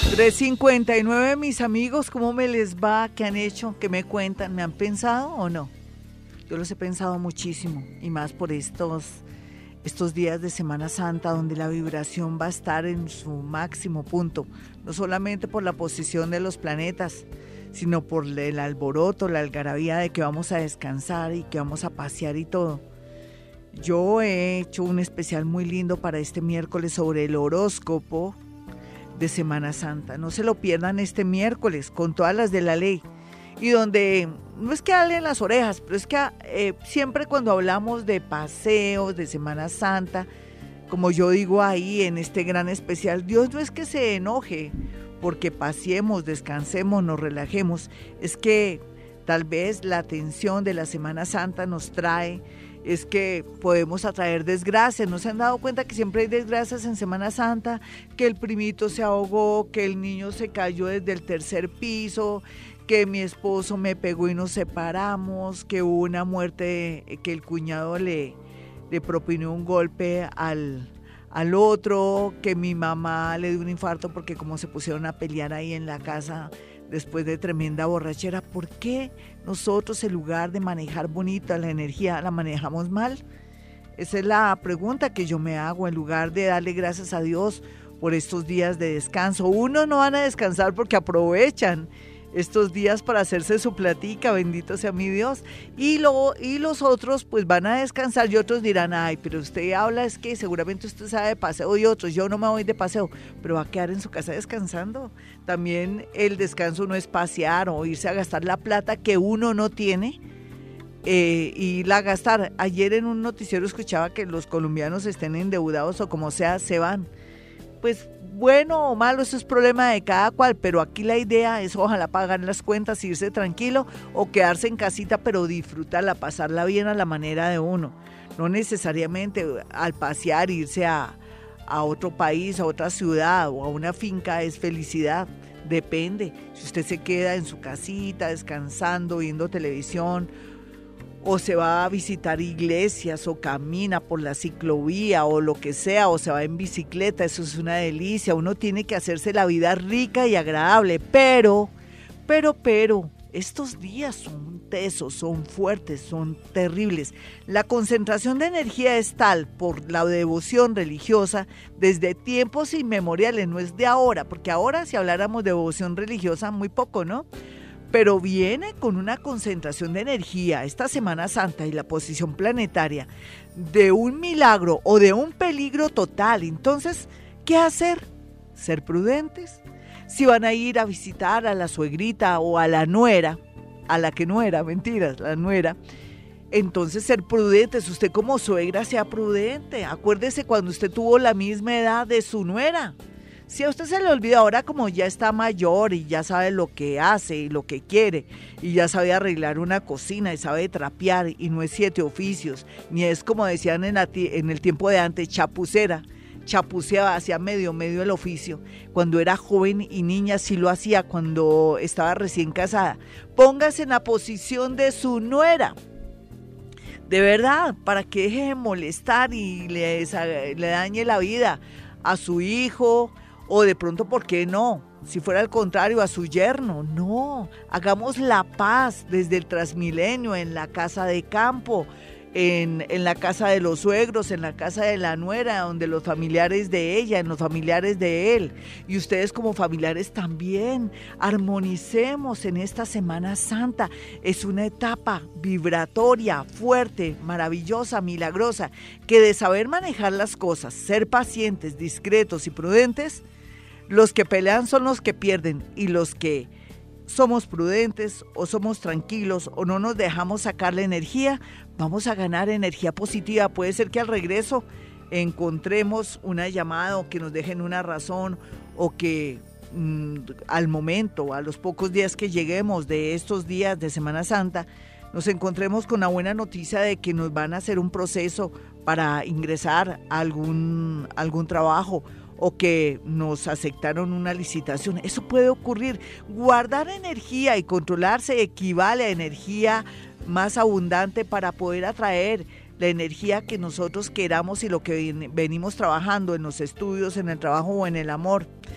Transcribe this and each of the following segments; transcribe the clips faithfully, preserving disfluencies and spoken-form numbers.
tres cincuenta y nueve, mis amigos, ¿cómo me les va? ¿Qué han hecho? ¿Qué me cuentan? ¿Me han pensado o no? Yo los he pensado muchísimo, y más por estos, estos días de Semana Santa, donde la vibración va a estar en su máximo punto, no solamente por la posición de los planetas, sino por el alboroto, la algarabía de que vamos a descansar y que vamos a pasear y todo. Yo he hecho un especial muy lindo para este miércoles sobre el horóscopo de Semana Santa. No se lo pierdan este miércoles con todas las de la ley. Y donde no es que hablen las orejas, pero es que eh, siempre cuando hablamos de paseos, de Semana Santa, como yo digo ahí en este gran especial, Dios no es que se enoje porque paseemos, descansemos, nos relajemos, es que tal vez la tensión de la Semana Santa nos trae, es que podemos atraer desgracias. ¿No se han dado cuenta que siempre hay desgracias en Semana Santa? Que el primito se ahogó, que el niño se cayó desde el tercer piso, que mi esposo me pegó y nos separamos, que hubo una muerte, que el cuñado le, le propinó un golpe al, al otro, que mi mamá le dio un infarto porque como se pusieron a pelear ahí en la casa después de tremenda borrachera. ¿Por qué nosotros, en lugar de manejar bonita la energía, la manejamos mal? Esa es la pregunta que yo me hago, en lugar de darle gracias a Dios por estos días de descanso. Unos no van a descansar porque aprovechan estos días para hacerse su platica, bendito sea mi Dios, y, lo, y los otros pues van a descansar, y otros dirán, ay, pero usted habla, es que seguramente usted sabe de paseo, y otros, yo no me voy de paseo, pero va a quedar en su casa descansando. También el descanso no es pasear o irse a gastar la plata que uno no tiene, eh, irla a gastar. Ayer en un noticiero escuchaba que los colombianos estén endeudados o como sea, se van. Pues bueno o malo, eso es problema de cada cual, pero aquí la idea es ojalá pagar las cuentas, irse tranquilo o quedarse en casita, pero disfrutarla, pasarla bien a la manera de uno. No necesariamente al pasear, irse a, a otro país, a otra ciudad o a una finca es felicidad, depende. Si usted se queda en su casita descansando, viendo televisión, o se va a visitar iglesias, o camina por la ciclovía, o lo que sea, o se va en bicicleta, eso es una delicia. Uno tiene que hacerse la vida rica y agradable, pero, pero, pero, estos días son tesos, son fuertes, son terribles. La concentración de energía es tal por la devoción religiosa desde tiempos inmemoriales, no es de ahora, porque ahora si habláramos de devoción religiosa, muy poco, ¿no? Pero viene con una concentración de energía esta Semana Santa y la posición planetaria de un milagro o de un peligro total. Entonces, ¿qué hacer? Ser prudentes. Si van a ir a visitar a la suegrita o a la nuera, a la que nuera, mentiras, la nuera, entonces ser prudentes. Usted como suegra sea prudente. Acuérdese cuando usted tuvo la misma edad de su nuera. Si a usted se le olvida ahora, como ya está mayor y ya sabe lo que hace y lo que quiere, y ya sabe arreglar una cocina y sabe trapear, y no es siete oficios, ni es como decían en, la, en el tiempo de antes, chapucera, chapuceaba, hacía medio, medio el oficio. Cuando era joven y niña sí lo hacía, cuando estaba recién casada. Póngase en la posición de su nuera. De verdad, para que deje de molestar y le, le dañe la vida a su hijo, o de pronto, ¿por qué no? Si fuera al contrario, a su yerno. No, hagamos la paz desde el Transmilenio, en la casa de campo, en, en la casa de los suegros, en la casa de la nuera, donde los familiares de ella, en los familiares de él. Y ustedes como familiares también, armonicemos en esta Semana Santa. Es una etapa vibratoria, fuerte, maravillosa, milagrosa, que de saber manejar las cosas, ser pacientes, discretos y prudentes, los que pelean son los que pierden, y los que somos prudentes o somos tranquilos o no nos dejamos sacar la energía, vamos a ganar energía positiva. Puede ser que al regreso encontremos una llamada o que nos dejen una razón, o que mmm, al momento, a los pocos días que lleguemos de estos días de Semana Santa, nos encontremos con la buena noticia de que nos van a hacer un proceso para ingresar a algún, algún trabajo, o que nos aceptaron una licitación. Eso puede ocurrir. Guardar energía y controlarse equivale a energía más abundante para poder atraer la energía que nosotros queramos y lo que venimos trabajando en los estudios, en el trabajo o en el amor.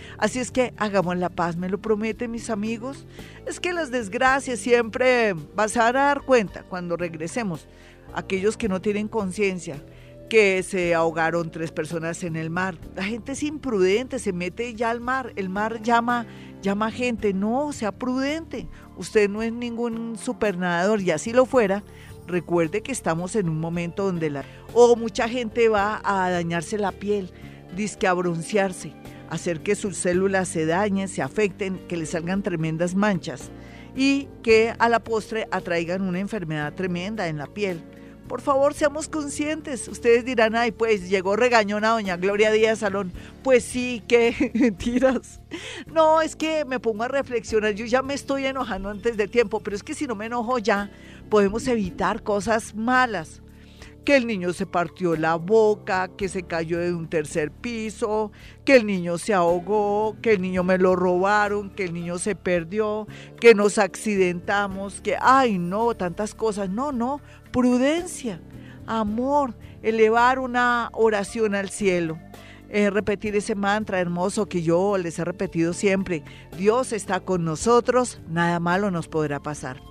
Así es que hagamos la paz, ¿me lo prometen mis amigos? Es que las desgracias siempre vas a dar cuenta cuando regresemos. Aquellos que no tienen conciencia, que se ahogaron tres personas en el mar. La gente es imprudente, se mete ya al mar, el mar llama, llama gente. No, sea prudente, usted no es ningún supernadador, y así lo fuera. Recuerde que estamos en un momento donde la... o mucha gente va a dañarse la piel, dizque a broncearse, hacer que sus células se dañen, se afecten, que le salgan tremendas manchas y que a la postre atraigan una enfermedad tremenda en la piel. Por favor, seamos conscientes. Ustedes dirán, ay, pues llegó regañona doña Gloria Díaz Salón. Pues sí, qué mentiras. No, es que me pongo a reflexionar. Yo ya me estoy enojando antes de tiempo, pero es que si no me enojo ya, podemos evitar cosas malas. Que el niño se partió la boca, que se cayó de un tercer piso, que el niño se ahogó, que el niño me lo robaron, que el niño se perdió, que nos accidentamos, que, ay, no, tantas cosas. No, no, prudencia, amor, elevar una oración al cielo. Eh, repetir ese mantra hermoso que yo les he repetido siempre. Dios está con nosotros, nada malo nos podrá pasar.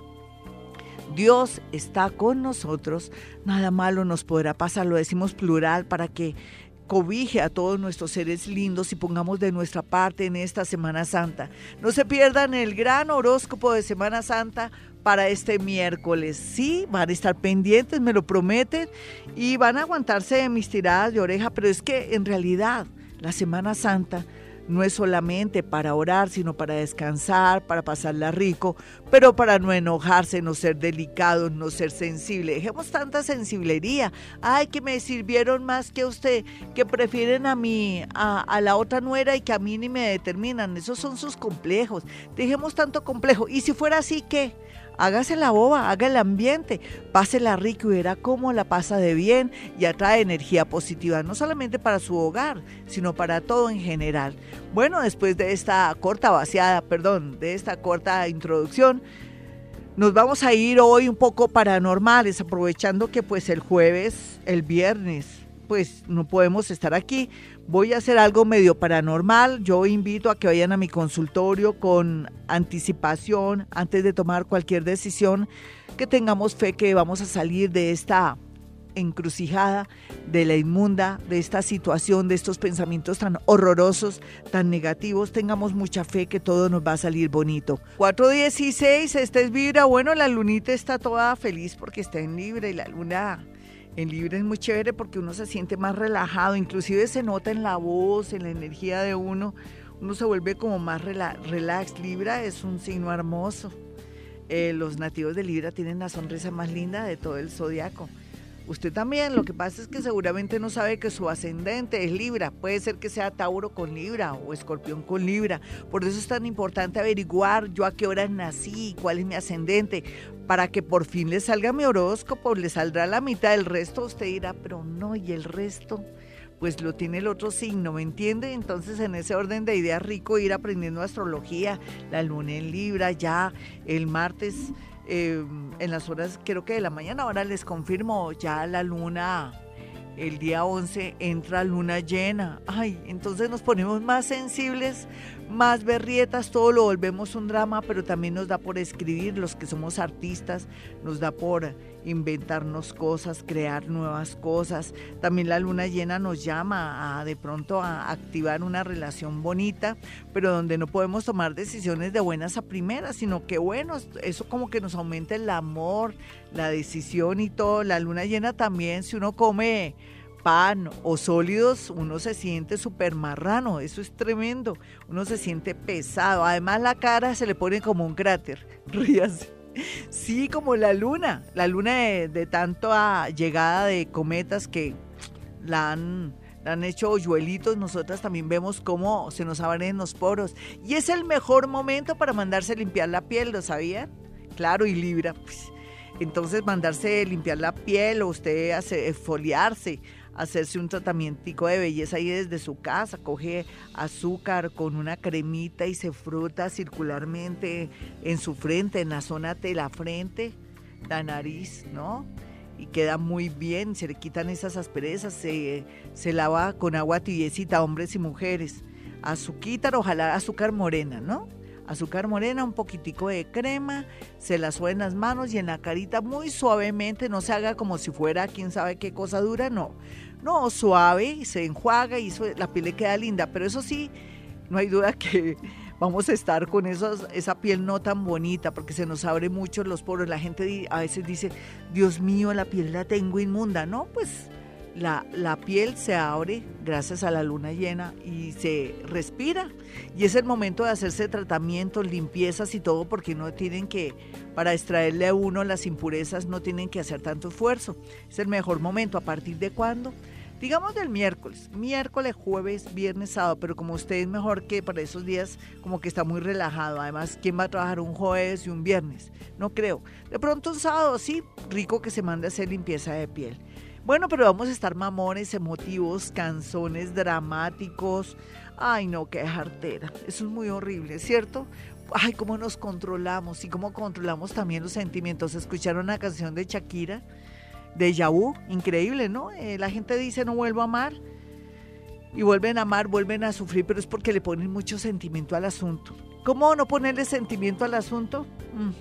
Dios está con nosotros, nada malo nos podrá pasar. Lo decimos plural para que cobije a todos nuestros seres lindos y pongamos de nuestra parte en esta Semana Santa. No se pierdan el gran horóscopo de Semana Santa para este miércoles. Sí, van a estar pendientes, me lo prometen, y van a aguantarse de mis tiradas de oreja, pero es que en realidad la Semana Santa no es solamente para orar, sino para descansar, para pasarla rico, pero para no enojarse, no ser delicados, no ser sensibles. Dejemos tanta sensiblería. Ay, que me sirvieron más que a usted, que prefieren a mí, a, a la otra nuera y que a mí ni me determinan. Esos son sus complejos. Dejemos tanto complejo. Y si fuera así, ¿qué? Hágase la boba, haga el ambiente, pásela rico y verá cómo la pasa de bien y atrae energía positiva, no solamente para su hogar, sino para todo en general. Bueno, después de esta corta vaciada, perdón, de esta corta introducción, nos vamos a ir hoy un poco paranormales, aprovechando que pues el jueves, el viernes, pues no podemos estar aquí. Voy a hacer algo medio paranormal. Yo invito a que vayan a mi consultorio con anticipación antes de tomar cualquier decisión, que tengamos fe que vamos a salir de esta encrucijada, de la inmunda, de esta situación, de estos pensamientos tan horrorosos, tan negativos. Tengamos mucha fe que todo nos va a salir bonito. cuatro dieciséis, este es Vibra. Bueno, la lunita está toda feliz porque está en Libra, y la luna en Libra es muy chévere porque uno se siente más relajado, inclusive se nota en la voz, en la energía de uno, uno se vuelve como más rela- relax. Libra es un signo hermoso. Eh, los nativos de Libra tienen la sonrisa más linda de todo el zodiaco. Usted también, lo que pasa es que seguramente no sabe que su ascendente es Libra. Puede ser que sea Tauro con Libra o Escorpión con Libra. Por eso es tan importante averiguar yo a qué hora nací, cuál es mi ascendente, para que por fin le salga mi horóscopo, le saldrá la mitad. Del resto usted dirá, pero no, ¿y el resto? Pues lo tiene el otro signo, ¿me entiende? Entonces, en ese orden de ideas, rico ir aprendiendo astrología, la luna en Libra, ya el martes, eh, en las horas, creo que de la mañana, ahora les confirmo, ya la luna, el día once, entra luna llena. Ay, entonces nos ponemos más sensibles, más berrietas, todo lo volvemos un drama, pero también nos da por escribir, los que somos artistas, nos da por inventarnos cosas, crear nuevas cosas. También la luna llena nos llama a de pronto a activar una relación bonita, pero donde no podemos tomar decisiones de buenas a primeras, sino que bueno, eso como que nos aumenta el amor, la decisión y todo. La luna llena también, si uno come pan o sólidos, uno se siente súper marrano, eso es tremendo, uno se siente pesado, además la cara se le pone como un cráter, ríase. Sí, como la luna, la luna de, de tanta llegada de cometas que la han, la han hecho hoyuelitos, nosotras también vemos cómo se nos abren los poros, y es el mejor momento para mandarse limpiar la piel, ¿lo sabían? Claro, y Libra, pues, entonces mandarse limpiar la piel o usted hace, exfoliarse, hacerse un tratamiento de belleza ahí desde su casa, coge azúcar con una cremita y se frota circularmente en su frente, en la zona de la frente, la nariz, ¿no? Y queda muy bien, se le quitan esas asperezas, se, se lava con agua tibiecita, hombres y mujeres. azuquita, ojalá azúcar morena, ¿no? Azúcar morena, un poquitico de crema, se la suben en las manos y en la carita muy suavemente, no se haga como si fuera quién sabe qué cosa dura, no. No, suave, se enjuaga y eso, la piel le queda linda, pero eso sí, no hay duda que vamos a estar con esos, esa piel no tan bonita porque se nos abre mucho los poros. La gente di, a veces dice, Dios mío, la piel la tengo inmunda. No, pues la, la piel se abre gracias a la luna llena y se respira. Y es el momento de hacerse tratamientos, limpiezas y todo, porque no tienen que, para extraerle a uno las impurezas, no tienen que hacer tanto esfuerzo. Es el mejor momento. ¿A partir de cuándo? Digamos del miércoles, miércoles, jueves, viernes, sábado, pero como usted es mejor que para esos días, como que está muy relajado. Además, ¿quién va a trabajar un jueves y un viernes? No creo. De pronto un sábado, sí, rico que se mande a hacer limpieza de piel. Bueno, pero vamos a estar mamones, emotivos, canzones, dramáticos. Ay, no, qué jartera. Eso es muy horrible, ¿cierto? Ay, cómo nos controlamos y cómo controlamos también los sentimientos. ¿Escucharon la canción de Shakira? Déjà vu, increíble, ¿no? Eh, la gente dice no vuelvo a amar y vuelven a amar, vuelven a sufrir, pero es porque le ponen mucho sentimiento al asunto. ¿Cómo no ponerle sentimiento al asunto? Mm.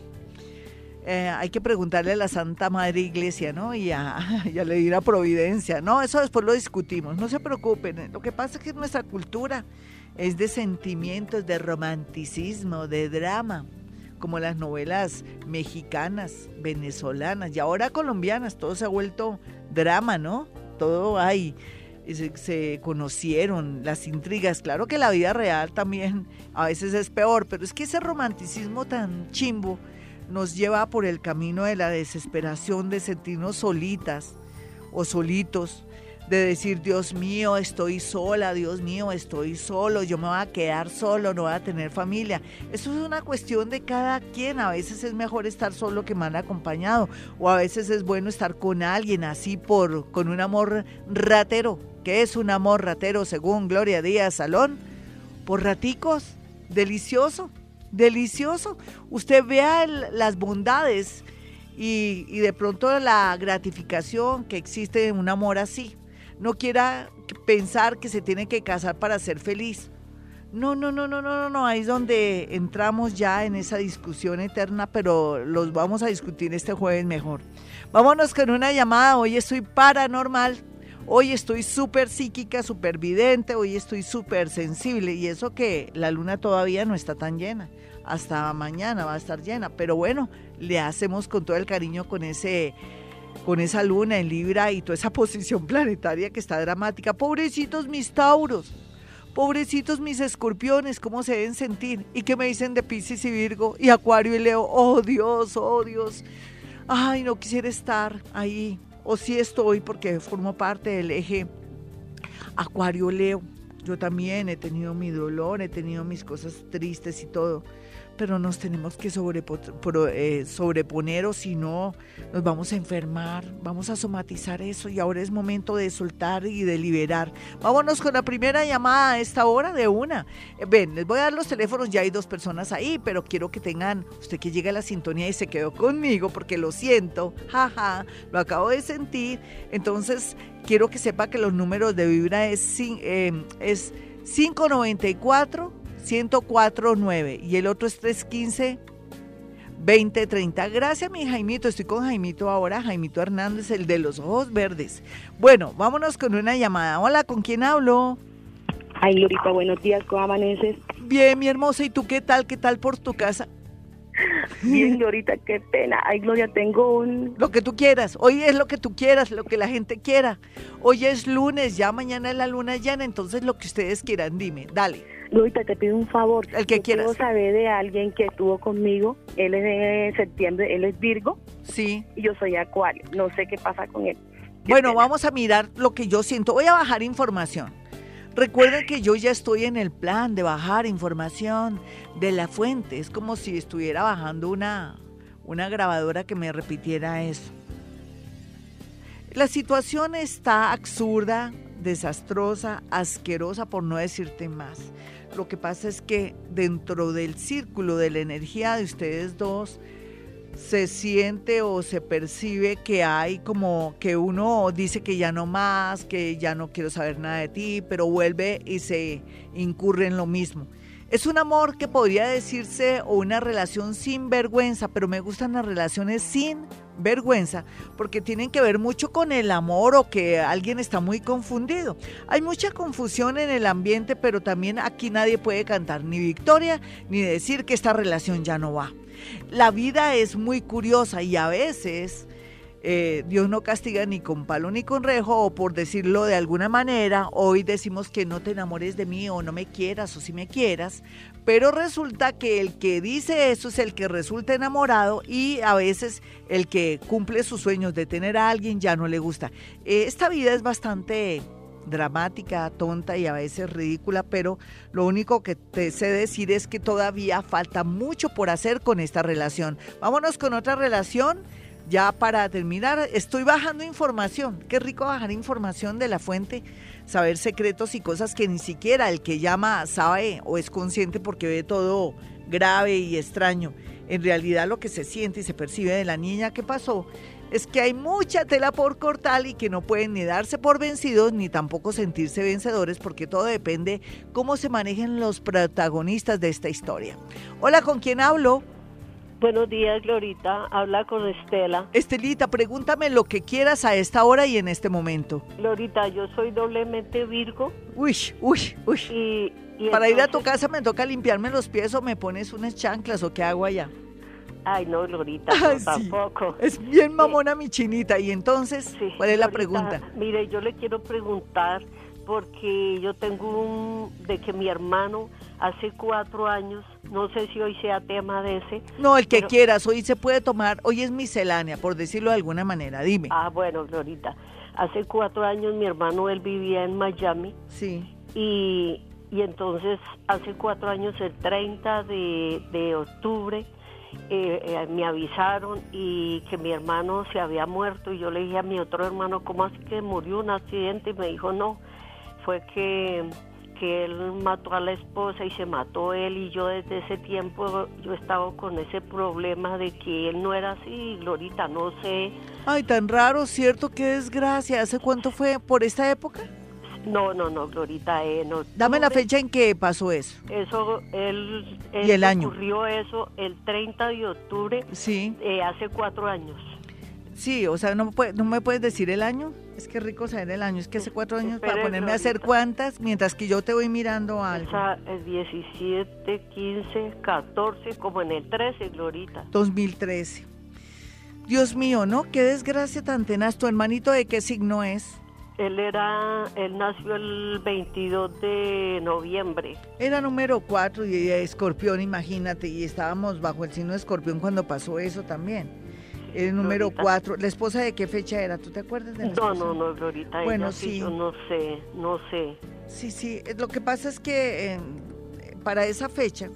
Eh, hay que preguntarle a la Santa Madre Iglesia, ¿no? Y a, y a la Divina Providencia, ¿no? Eso después lo discutimos, no se preocupen. Lo que pasa es que nuestra cultura es de sentimientos, de romanticismo, de drama, como las novelas mexicanas, venezolanas y ahora colombianas, todo se ha vuelto drama, ¿no? Todo hay, se, se conocieron las intrigas. Claro que la vida real también a veces es peor, pero es que ese romanticismo tan chimbo nos lleva por el camino de la desesperación, de sentirnos solitas o solitos, de decir, Dios mío, estoy sola, Dios mío, estoy solo, yo me voy a quedar solo, no voy a tener familia. Eso es una cuestión de cada quien. A veces es mejor estar solo que mal acompañado, o a veces es bueno estar con alguien así por con un amor ratero. ¿Qué es un amor ratero según Gloria Díaz Salón? Por raticos, delicioso, delicioso. Usted vea el, las bondades y, y de pronto la gratificación que existe en un amor así. No quiera pensar que se tiene que casar para ser feliz. No, no, no, no, no, no, no. Ahí es donde entramos ya en esa discusión eterna, pero los vamos a discutir este jueves mejor. Vámonos con una llamada. Hoy estoy paranormal. Hoy estoy súper psíquica, súper vidente. Hoy estoy súper sensible. Y eso que la luna todavía no está tan llena. Hasta mañana va a estar llena. Pero bueno, le hacemos con todo el cariño con ese... con esa luna en Libra y toda esa posición planetaria que está dramática. Pobrecitos mis Tauros, pobrecitos mis Escorpiones, ¿cómo se deben sentir? ¿Y qué me dicen de Piscis y Virgo y Acuario y Leo? Oh Dios, oh Dios, ay, no quisiera estar ahí, o sí estoy porque formo parte del eje Acuario-Leo. Yo también he tenido mi dolor, he tenido mis cosas tristes y todo, pero nos tenemos que sobrepo- pro- eh, sobreponer o si no nos vamos a enfermar, vamos a somatizar eso y ahora es momento de soltar y de liberar. Vámonos con la primera llamada a esta hora de una. Eh, ven, les voy a dar los teléfonos, ya hay dos personas ahí, pero quiero que tengan, usted que llega a la sintonía y se quedó conmigo porque lo siento, jaja, lo acabo de sentir, entonces quiero que sepa que los números de Vibra es, eh, es cinco nueve cuatro, uno cero cuatro nueve y el otro es tres uno cinco, dos cero tres cero. Gracias, mi Jaimito. Estoy con Jaimito ahora, Jaimito Hernández, el de los ojos verdes. Bueno, vámonos con una llamada. Hola, ¿con quién hablo? Ay, Glorita, buenos días, ¿cómo amaneces? Bien, mi hermosa, ¿y tú qué tal? ¿Qué tal por tu casa? Bien, Glorita, qué pena. Ay, Gloria, tengo un... Lo que tú quieras. Hoy es lo que tú quieras, lo que la gente quiera. Hoy es lunes, ya mañana es la luna llena, entonces lo que ustedes quieran, dime, dale. Glorita, te pido un favor. El que Yo quieras. Quiero saber de alguien que estuvo conmigo. Él es de septiembre, él es Virgo. Sí. Y yo soy Acuario. No sé qué pasa con él. Qué Bueno, pena. vamos a mirar lo que yo siento. Voy a bajar información. Recuerden que yo ya estoy en el plan de bajar información de la fuente. Es como si estuviera bajando una, una grabadora que me repitiera eso. La situación está absurda, desastrosa, asquerosa, por no decirte más. Lo que pasa es que dentro del círculo de la energía de ustedes dos se siente o se percibe que hay como que uno dice que ya no más, que ya no quiero saber nada de ti, pero vuelve y se incurre en lo mismo. Es un amor que podría decirse o una relación sin vergüenza, pero me gustan las relaciones sin vergüenza porque tienen que ver mucho con el amor o que alguien está muy confundido. Hay mucha confusión en el ambiente, pero también aquí nadie puede cantar ni victoria ni decir que esta relación ya no va. La vida es muy curiosa y a veces eh, Dios no castiga ni con palo ni con rejo, o por decirlo de alguna manera, hoy decimos que no te enamores de mí o no me quieras o si me quieras, pero resulta que el que dice eso es el que resulta enamorado y a veces el que cumple sus sueños de tener a alguien ya no le gusta. Eh, esta vida es bastante dramática, tonta y a veces ridícula, pero lo único que te sé decir es que todavía falta mucho por hacer con esta relación. Vámonos con otra relación. Ya para terminar, estoy bajando información. Qué rico bajar información de la fuente, saber secretos y cosas que ni siquiera el que llama sabe o es consciente porque ve todo grave y extraño. En realidad lo que se siente y se percibe de la niña que pasó es que hay mucha tela por cortar y que no pueden ni darse por vencidos ni tampoco sentirse vencedores porque todo depende cómo se manejen los protagonistas de esta historia. Hola, ¿con quién hablo? Buenos días, Glorita. Habla con Estela. Estelita, pregúntame lo que quieras a esta hora y en este momento. Glorita, yo soy doblemente Virgo. Uy, uy, uy. Y, y Para entonces... ir a tu casa me toca limpiarme los pies o me pones unas chanclas o qué hago allá. Ay, no, Glorita, no, Ay, sí. tampoco. Es bien mamona mi chinita. Y entonces, sí, ¿cuál es la Glorita, pregunta? Mire, yo le quiero preguntar porque yo tengo un... de que mi hermano hace cuatro años, no sé si hoy sea tema de ese. No, el que pero... quieras, hoy se puede tomar, hoy es miscelánea, por decirlo de alguna manera, dime. Ah, bueno, Glorita, hace cuatro años mi hermano, él vivía en Miami. Sí. Y, y entonces, hace cuatro años, el treinta de, de octubre, eh, eh, me avisaron y que mi hermano se había muerto. Y yo le dije a mi otro hermano, ¿cómo así que murió un accidente? Y me dijo, no, fue que... que él mató a la esposa y se mató él, y yo desde ese tiempo yo estaba con ese problema de que él no era así, Glorita, no sé. Ay, tan raro, ¿cierto? Qué desgracia. ¿Hace cuánto fue? ¿Por esta época? No, no, no, Glorita, eh, no. Dame la fecha en que pasó eso. Eso, él, él ¿Y el año? ocurrió eso el treinta de octubre, Sí. eh, hace cuatro años. Sí, o sea, no me, puede, no me puedes decir el año. Es que rico saber el año. Es que hace cuatro años Espere, para ponerme a hacer Glorita. cuentas mientras que yo te voy mirando algo. Esa, el diecisiete, quince, catorce, como en el trece, Glorita. dos mil trece. Dios mío, ¿no? Qué desgracia tan tenaz. ¿Tu hermanito de qué signo es? Él era, él nació el veintidós de noviembre. Era número cuatro y de Escorpión, imagínate. Y estábamos bajo el signo de Escorpión cuando pasó eso también. El número Glorita. cuatro. ¿La esposa de qué fecha era? ¿Tú te acuerdas de la No, esposa? no, no, Glorita. Bueno, ella sí. Yo no sé, no sé. Sí, sí. Lo que pasa es que eh, para esa fecha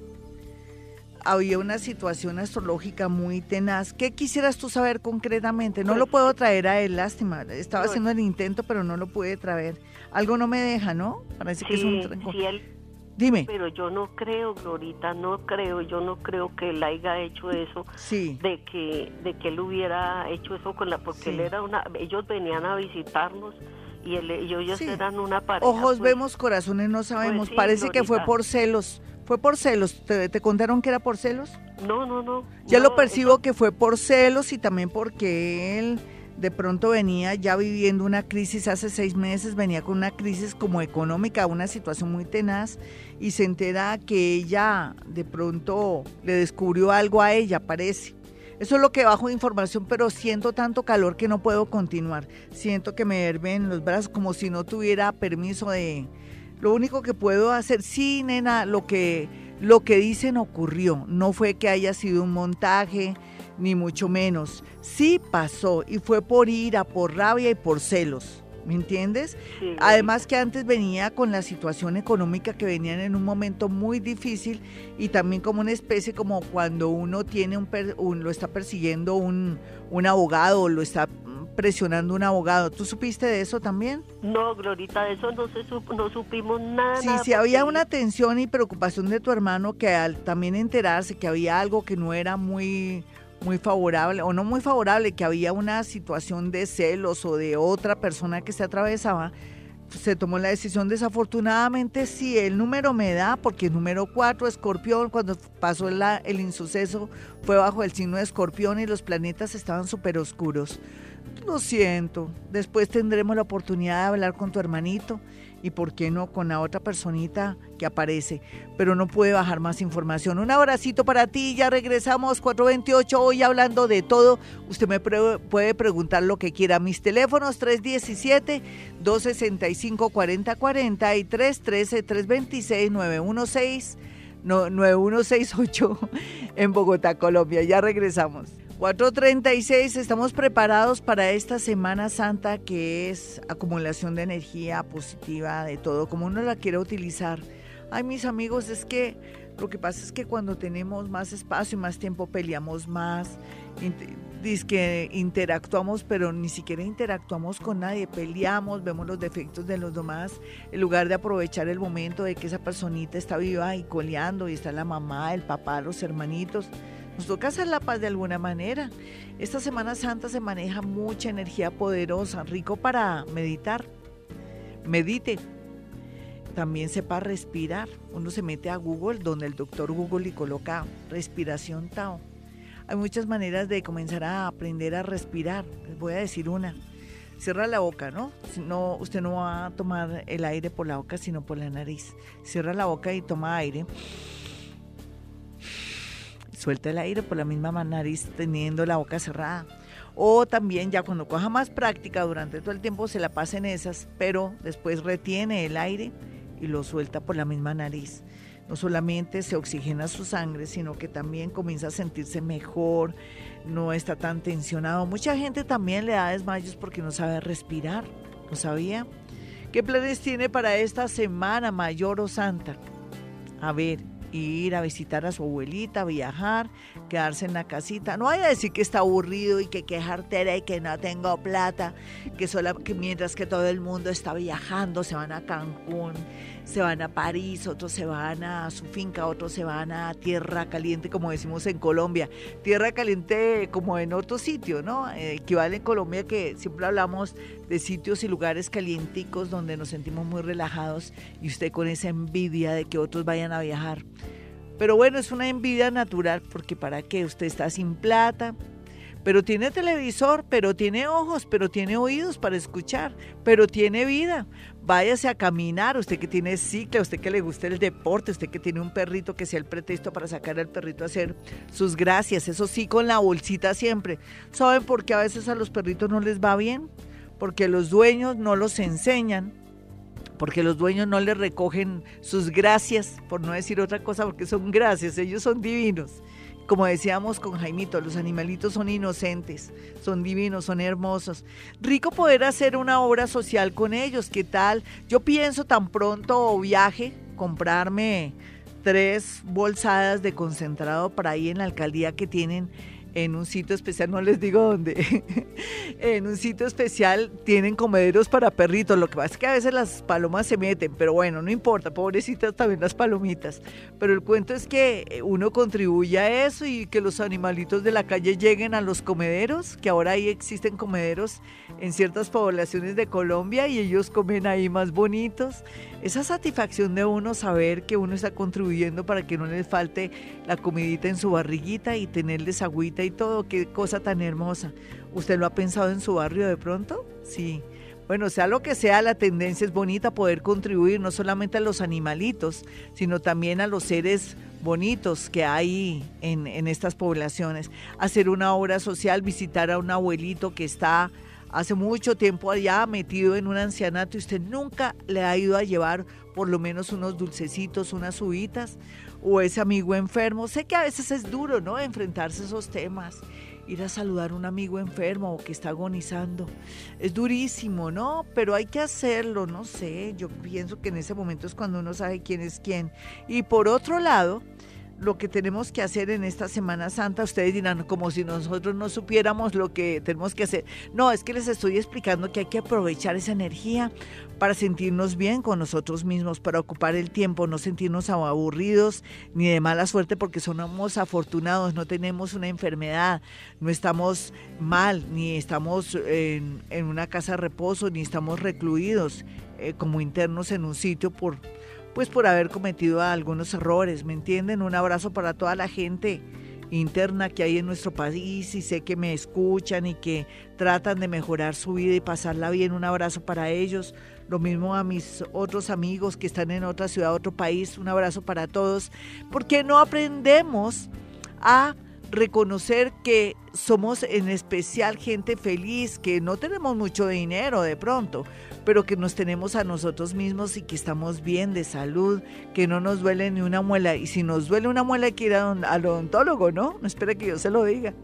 había una situación astrológica muy tenaz. ¿Qué quisieras tú saber concretamente? No Pues, lo puedo traer a él, lástima. Estaba no, haciendo el intento, pero no lo pude traer. Algo no me deja, ¿no? Parece que es un Sí, tranco. sí, él, Dime. pero yo no creo, Glorita, no creo, yo no creo que él haya hecho eso, Sí. de que de que él hubiera hecho eso con la, porque Sí. él era una, ellos venían a visitarnos y él, y ellos Sí. eran una pareja. Ojos pues, vemos, corazones no sabemos. pues sí, Parece que fue Glorita. por celos. Fue por celos. ¿Te, te contaron que era por celos? No, no, no. Ya no, lo percibo eso- que fue por celos y también porque él de pronto venía ya viviendo una crisis hace seis meses, venía con una crisis como económica, una situación muy tenaz y se entera que ella de pronto le descubrió algo a ella, parece. Eso es lo que bajo de información, pero siento tanto calor que no puedo continuar. Siento que me hierven los brazos como si no tuviera permiso de... Lo único que puedo hacer, sí, nena, lo que, lo que dicen ocurrió. No fue que haya sido un montaje, ni mucho menos. Sí pasó y fue por ira, por rabia y por celos. ¿Me entiendes? Sí, Además que antes venía con la situación económica que venían en un momento muy difícil y también como una especie como cuando uno tiene un, per, un lo está persiguiendo un, un abogado o lo está presionando un abogado. ¿Tú supiste de eso también? No, Glorita, de eso no se supo, no supimos nada. Sí, nada, sí, había porque- una tensión y preocupación de tu hermano que al también enterarse que había algo que no era muy muy favorable, o no muy favorable, que había una situación de celos o de otra persona que se atravesaba, se tomó la decisión. Desafortunadamente, sí, el número me da, porque el número cuatro, Escorpión, cuando pasó la, el insuceso, fue bajo el signo de Escorpión y los planetas estaban súper oscuros. Lo siento, después tendremos la oportunidad de hablar con tu hermanito y por qué no con la otra personita que aparece, pero no puede bajar más información. Un abracito para ti, ya regresamos, cuatro veintiocho, hoy hablando de todo. Usted me pre- puede preguntar lo que quiera. Mis teléfonos tres uno siete, dos seis cinco, cuatro cero cuatro cero y tres uno tres, tres dos seis, nueve uno seis, nueve uno seis ocho en Bogotá, Colombia. Ya regresamos. cuatro treinta y seis, estamos preparados para esta Semana Santa, que es acumulación de energía positiva, de todo, como uno la quiera utilizar. Ay, mis amigos, es que lo que pasa es que cuando tenemos más espacio y más tiempo peleamos más, dizque interactuamos, pero ni siquiera interactuamos con nadie, peleamos, vemos los defectos de los demás, en lugar de aprovechar el momento de que esa personita está viva y coleando, y está la mamá, el papá, los hermanitos. Nos toca hacer la paz de alguna manera. Esta Semana Santa se maneja mucha energía poderosa, rico para meditar. Medite. También sepa respirar. Uno se mete a Google, donde el doctor Google, y coloca respiración Tao. Hay muchas maneras de comenzar a aprender a respirar. Les voy a decir una. Cierra la boca, ¿no? No, usted no va a tomar el aire por la boca, sino por la nariz. Cierra la boca y toma aire. Suelta el aire por la misma nariz, teniendo la boca cerrada. O también, ya cuando coja más práctica, durante todo el tiempo se la pasa en esas, pero después retiene el aire y lo suelta por la misma nariz. No solamente se oxigena su sangre, sino que también comienza a sentirse mejor, no está tan tensionado. Mucha gente también le da desmayos porque no sabe respirar. ¿Lo sabía? ¿Qué planes tiene para esta Semana Mayor o Santa? A ver, ir a visitar a su abuelita, viajar, quedarse en la casita. No vaya a decir que está aburrido y que quejarte y que no tengo plata, que, sola, que mientras que todo el mundo está viajando, se van a Cancún, se van a París, otros se van a su finca, otros se van a Tierra Caliente, como decimos en Colombia. Tierra Caliente como en otro sitio, ¿no? Eh, equivale en Colombia, que siempre hablamos de sitios y lugares calienticos donde nos sentimos muy relajados, y usted con esa envidia de que otros vayan a viajar. Pero bueno, es una envidia natural, porque ¿para qué? Usted está sin plata, pero tiene televisor, pero tiene ojos, pero tiene oídos para escuchar, pero tiene vida. Váyase a caminar, usted que tiene cicla, usted que le gusta el deporte, usted que tiene un perrito, que sea el pretexto para sacar al perrito a hacer sus gracias, eso sí, con la bolsita siempre. ¿Saben por qué a veces a los perritos no les va bien? Porque los dueños no los enseñan, porque los dueños no les recogen sus gracias, por no decir otra cosa, porque son gracias, ellos son divinos. Como decíamos con Jaimito, los animalitos son inocentes, son divinos, son hermosos. Rico poder hacer una obra social con ellos, ¿qué tal? Yo pienso tan pronto viaje, comprarme tres bolsadas de concentrado para ahí en la alcaldía que tienen en un sitio especial, no les digo dónde, en un sitio especial tienen comederos para perritos. Lo que pasa es que a veces las palomas se meten, pero bueno, no importa, pobrecitas también las palomitas. Pero el cuento es que uno contribuye a eso, y que los animalitos de la calle lleguen a los comederos, que ahora ahí existen comederos en ciertas poblaciones de Colombia, y ellos comen ahí más bonitos. Esa satisfacción de uno saber que uno está contribuyendo para que no les falte la comidita en su barriguita y tenerles agüita y todo, qué cosa tan hermosa. ¿Usted lo ha pensado en su barrio de pronto? Sí. Bueno, sea lo que sea, la tendencia es bonita, poder contribuir no solamente a los animalitos, sino también a los seres bonitos que hay en, en estas poblaciones. Hacer una obra social, visitar a un abuelito que está hace mucho tiempo allá metido en un ancianato, y usted nunca le ha ido a llevar por lo menos unos dulcecitos, unas uvitas, o ese amigo enfermo. Sé que a veces es duro, ¿no?, enfrentarse a esos temas, ir a saludar a un amigo enfermo o que está agonizando. Es durísimo, ¿no? Pero hay que hacerlo, no sé, yo pienso que en ese momento es cuando uno sabe quién es quién. Y por otro lado, lo que tenemos que hacer en esta Semana Santa. Ustedes dirán, como si nosotros no supiéramos lo que tenemos que hacer. No, es que les estoy explicando que hay que aprovechar esa energía para sentirnos bien con nosotros mismos, para ocupar el tiempo, no sentirnos aburridos ni de mala suerte porque somos afortunados, no tenemos una enfermedad, no estamos mal, ni estamos en, en una casa de reposo, ni estamos recluidos eh, como internos en un sitio por, pues por haber cometido algunos errores, ¿me entienden? Un abrazo para toda la gente interna que hay en nuestro país y sé que me escuchan y que tratan de mejorar su vida y pasarla bien. Un abrazo para ellos. Lo mismo a mis otros amigos que están en otra ciudad, otro país. Un abrazo para todos. ¿Por qué no aprendemos a reconocer que somos en especial gente feliz, que no tenemos mucho dinero de pronto, pero que nos tenemos a nosotros mismos y que estamos bien de salud, que no nos duele ni una muela? Y si nos duele una muela hay que ir a un, al odontólogo, ¿no? No espere que yo se lo diga.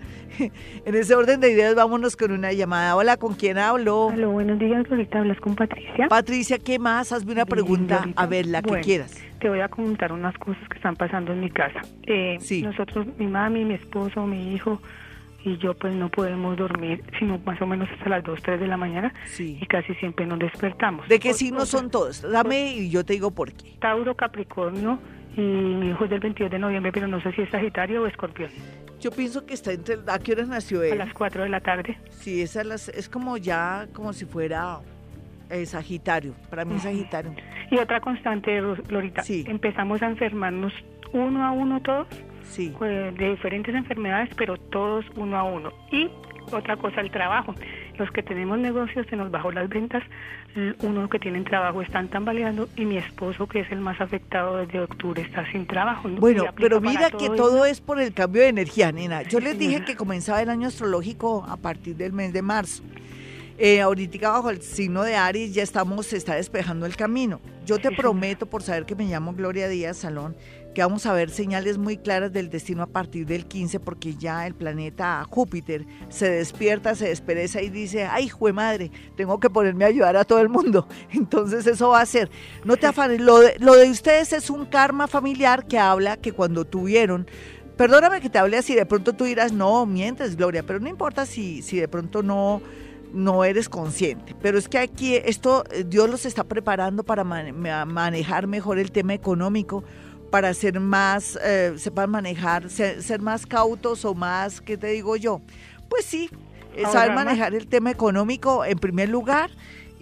En ese orden de ideas, vámonos con una llamada. Hola, ¿con quién hablo? Hola, buenos días, Glorita. ¿Hablas con Patricia? Patricia, ¿qué más? Hazme una Bien, pregunta, Glorita. a ver, la Bueno, que quieras. Te voy a comentar unas cosas que están pasando en mi casa. Eh, Sí. Nosotros, mi mami, mi esposo, mi hijo y yo, pues no podemos dormir sino más o menos hasta las dos, tres de la mañana Sí. y casi siempre nos despertamos. ¿De qué Por signos cosas- son todos? Dame y yo te digo por qué. Tauro, Capricornio y mi hijo es del veintidós de noviembre, pero no sé si es Sagitario o Escorpión. Yo pienso que está entre... ¿A qué horas nació él? A las cuatro de la tarde. Sí, esa las, es como ya, como si fuera eh, Sagitario. Para mí es Ujú. Sagitario. Y otra constante, Glorita, Sí. empezamos a enfermarnos uno a uno todos. Sí. Pues, de diferentes enfermedades, pero todos uno a uno. Y otra cosa, el trabajo. Los que tenemos negocios se nos bajó las ventas, l- uno que tienen trabajo están tambaleando y mi esposo, que es el más afectado desde octubre, está sin trabajo, ¿no? Bueno, Y aplica pero para mira que todo todo eso. es por el cambio de energía, nena. Yo Sí, les dije señora. que comenzaba el año astrológico a partir del mes de marzo. Eh, ahorita bajo el signo de Aries ya estamos, se está despejando el camino. Yo te Sí, prometo, por saber que me llamo Gloria Díaz Salón, que vamos a ver señales muy claras del destino a partir del quince, porque ya el planeta Júpiter se despierta, se despereza y dice, ay, jue madre, tengo que ponerme a ayudar a todo el mundo. Entonces eso va a ser. No te afanes, lo de, lo de ustedes es un karma familiar que habla que cuando tuvieron... Perdóname que te hable así, de pronto tú dirás, no, mientes, Gloria, pero no importa si, si de pronto no... no eres consciente, pero es que aquí esto Dios los está preparando para man, manejar mejor el tema económico, para ser más, eh, sepan manejar, ser, ser más cautos o más, ¿qué te digo yo? Pues sí, eh, saber manejar el tema económico en primer lugar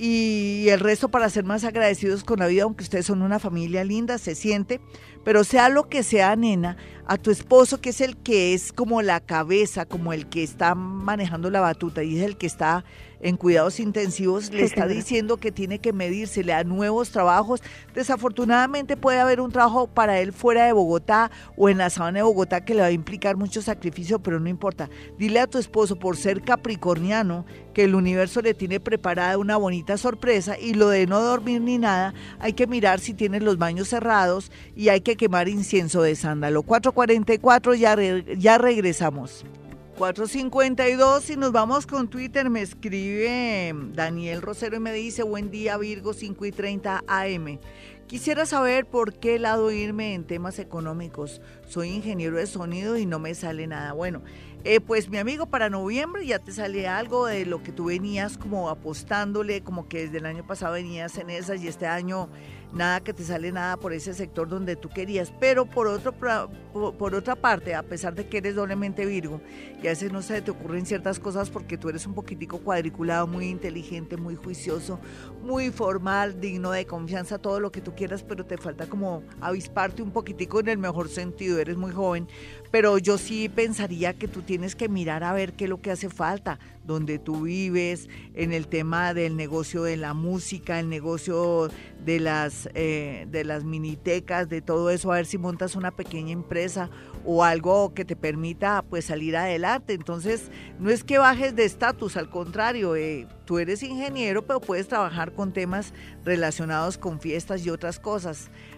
y el resto para ser más agradecidos con la vida, aunque ustedes son una familia linda, se siente, pero sea lo que sea, nena, a tu esposo, que es el que es como la cabeza, como el que está manejando la batuta y es el que está en cuidados intensivos, le Sí, está señora. diciendo que tiene que medirse, le da nuevos trabajos. Desafortunadamente puede haber un trabajo para él fuera de Bogotá o en la sabana de Bogotá que le va a implicar mucho sacrificio, pero no importa. Dile a tu esposo, por ser capricorniano, que el universo le tiene preparada una bonita sorpresa, y lo de no dormir ni nada, hay que mirar si tiene los baños cerrados y hay que quemar incienso de sándalo. cuatro cuarenta y cuatro, ya, re- ya regresamos. cuatro cincuenta y dos y nos vamos con Twitter. Me escribe Daniel Rosero y me dice, buen día Virgo, cinco y treinta A M. Quisiera saber por qué lado irme en temas económicos. Soy ingeniero de sonido y no me sale nada. Bueno, eh, pues mi amigo, para noviembre ya te sale algo de lo que tú venías como apostándole, como que desde el año pasado venías en esas y este año nada, que te sale nada por ese sector donde tú querías. Pero por, otro, por, por otra parte, a pesar de que eres doblemente Virgo y a veces no se te ocurren ciertas cosas porque tú eres un poquitico cuadriculado, muy inteligente, muy juicioso, muy formal, digno de confianza, todo lo que tú quieras, pero te falta como avisparte un poquitico en el mejor sentido, eres muy joven, pero yo sí pensaría que tú tienes que mirar a ver qué es lo que hace falta, donde tú vives, en el tema del negocio de la música, el negocio de las, eh, de las minitecas, de todo eso, a ver si montas una pequeña empresa o algo que te permita pues salir adelante. Entonces, no es que bajes de estatus, al contrario, eh, tú eres ingeniero, pero puedes trabajar con temas relacionados con fiestas y otras cosas.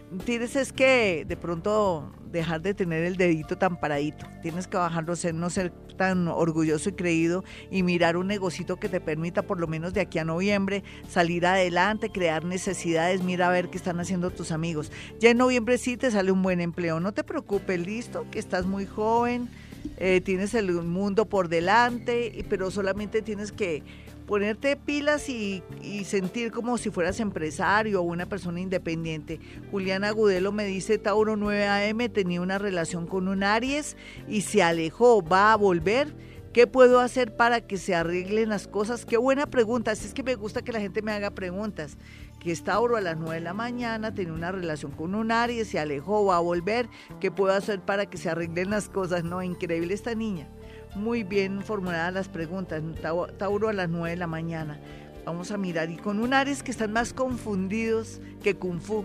tienes es que de pronto dejar de tener el dedito tan paradito. Tienes que bajarlo, ser, no ser tan orgulloso y creído y mirar un negocito que te permita por lo menos de aquí a noviembre salir adelante, crear necesidades, mira a ver qué están haciendo tus amigos. Ya en noviembre sí te sale un buen empleo, no te preocupes, listo, que estás muy joven, eh, tienes el mundo por delante, pero solamente tienes que ponerte pilas y, y sentir como si fueras empresario o una persona independiente. Juliana Agudelo me dice, Tauro nueve A M, tenía una relación con un Aries y se alejó, ¿va a volver? ¿Qué puedo hacer para que se arreglen las cosas? Qué buena pregunta, así es que me gusta que la gente me haga preguntas. Que es Tauro a las nueve de la mañana, tenía una relación con un Aries, se alejó, va a volver, ¿qué puedo hacer para que se arreglen las cosas? No, increíble esta niña. Muy bien formuladas las preguntas. Tauro a las nueve de la mañana. Vamos a mirar. Y con un Aries que están más confundidos que Kung Fu.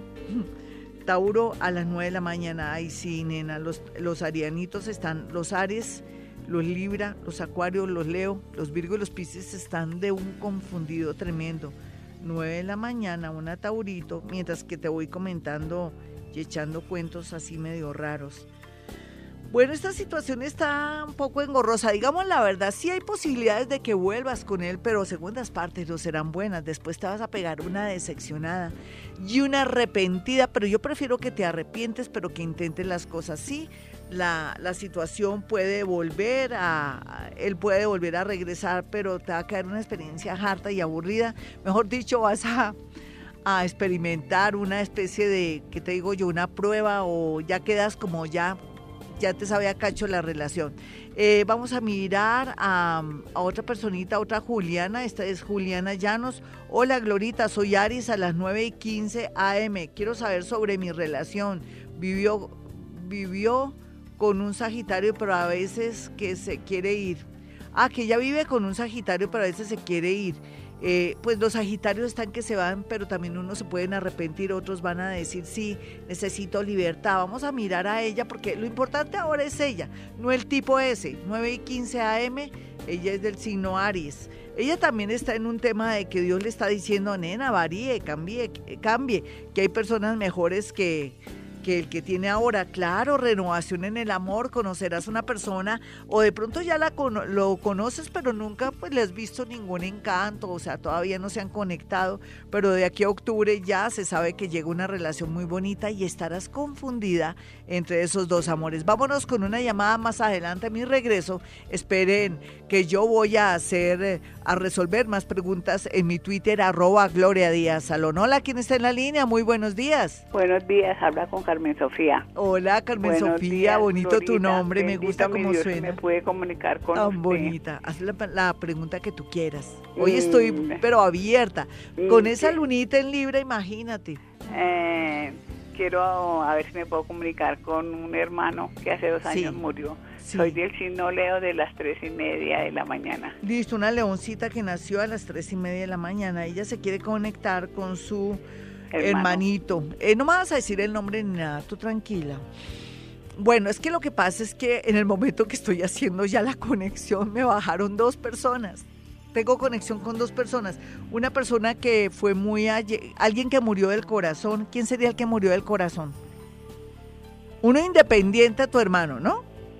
Tauro a las nueve de la mañana. Ay, sí, nena. Los, los arianitos están, los Aries, los Libra, los Acuarios, los Leo, los Virgo y los Piscis están de un confundido tremendo. nueve de la mañana, una Taurito, mientras que te voy comentando y echando cuentos así medio raros. Bueno, esta situación está un poco engorrosa, digamos la verdad, sí hay posibilidades de que vuelvas con él, pero segundas partes no serán buenas, después te vas a pegar una decepcionada y una arrepentida, pero yo prefiero que te arrepientes, pero que intentes las cosas, sí, la, la situación puede volver a, él puede volver a regresar, pero te va a caer una experiencia harta y aburrida, mejor dicho, vas a... a experimentar una especie de, ¿qué te digo yo?, una prueba o ya quedas como ya... ya te sabe a cacho la relación. Eh, vamos a mirar a, a otra personita, a otra Juliana, esta es Juliana Llanos. Hola Glorita, soy Aries a las nueve y quince A M, quiero saber sobre mi relación. Vivió, vivió con un Sagitario, pero a veces que se quiere ir. Ah, que ella vive con un Sagitario, pero a veces se quiere ir. Eh, pues los Sagitarios están que se van, pero también unos se pueden arrepentir, otros van a decir sí, necesito libertad, vamos a mirar a ella porque lo importante ahora es ella, no el tipo ese. Nueve y quince A M, ella es del signo Aries, ella también está en un tema de que Dios le está diciendo, nena, varíe, cambie, cambie, que hay personas mejores que... que el que tiene ahora, claro, renovación en el amor, conocerás una persona o de pronto ya la cono- lo conoces pero nunca pues le has visto ningún encanto, o sea, todavía no se han conectado, pero de aquí a octubre ya se sabe que llega una relación muy bonita y estarás confundida entre esos dos amores. Vámonos con una llamada más adelante a mi regreso, esperen que yo voy a hacer, a resolver más preguntas en mi Twitter, arroba Gloria Díaz Salón. Hola, ¿quién está en la línea? Muy buenos días. Buenos días, habla con Carmen Sofía. Hola, Carmen Buenos Sofía, días, bonito Glorita. tu nombre, me Bendito gusta mi cómo Dios, suena. me pude comunicar con Tan usted. bonita, haz la, la pregunta que tú quieras. Hoy Mm. estoy, pero abierta. Con Mm, esa sí. lunita en Libra, imagínate. Eh, quiero a ver si me puedo comunicar con un hermano que hace dos Sí. años murió. Sí. Soy del signo Leo de las tres y media de la mañana. Listo, una leoncita que nació a las tres y media de la mañana. Ella se quiere conectar con su Hermano. hermanito. Eh, no me vas a decir el nombre ni nada, tú tranquila. Bueno, es que lo que pasa es que en el momento que estoy haciendo ya la conexión me bajaron dos personas. Tengo conexión con dos personas. Una persona que fue muy... Alle- alguien que murió del corazón. ¿Quién sería el que murió del corazón? Uno independiente a tu hermano, ¿no?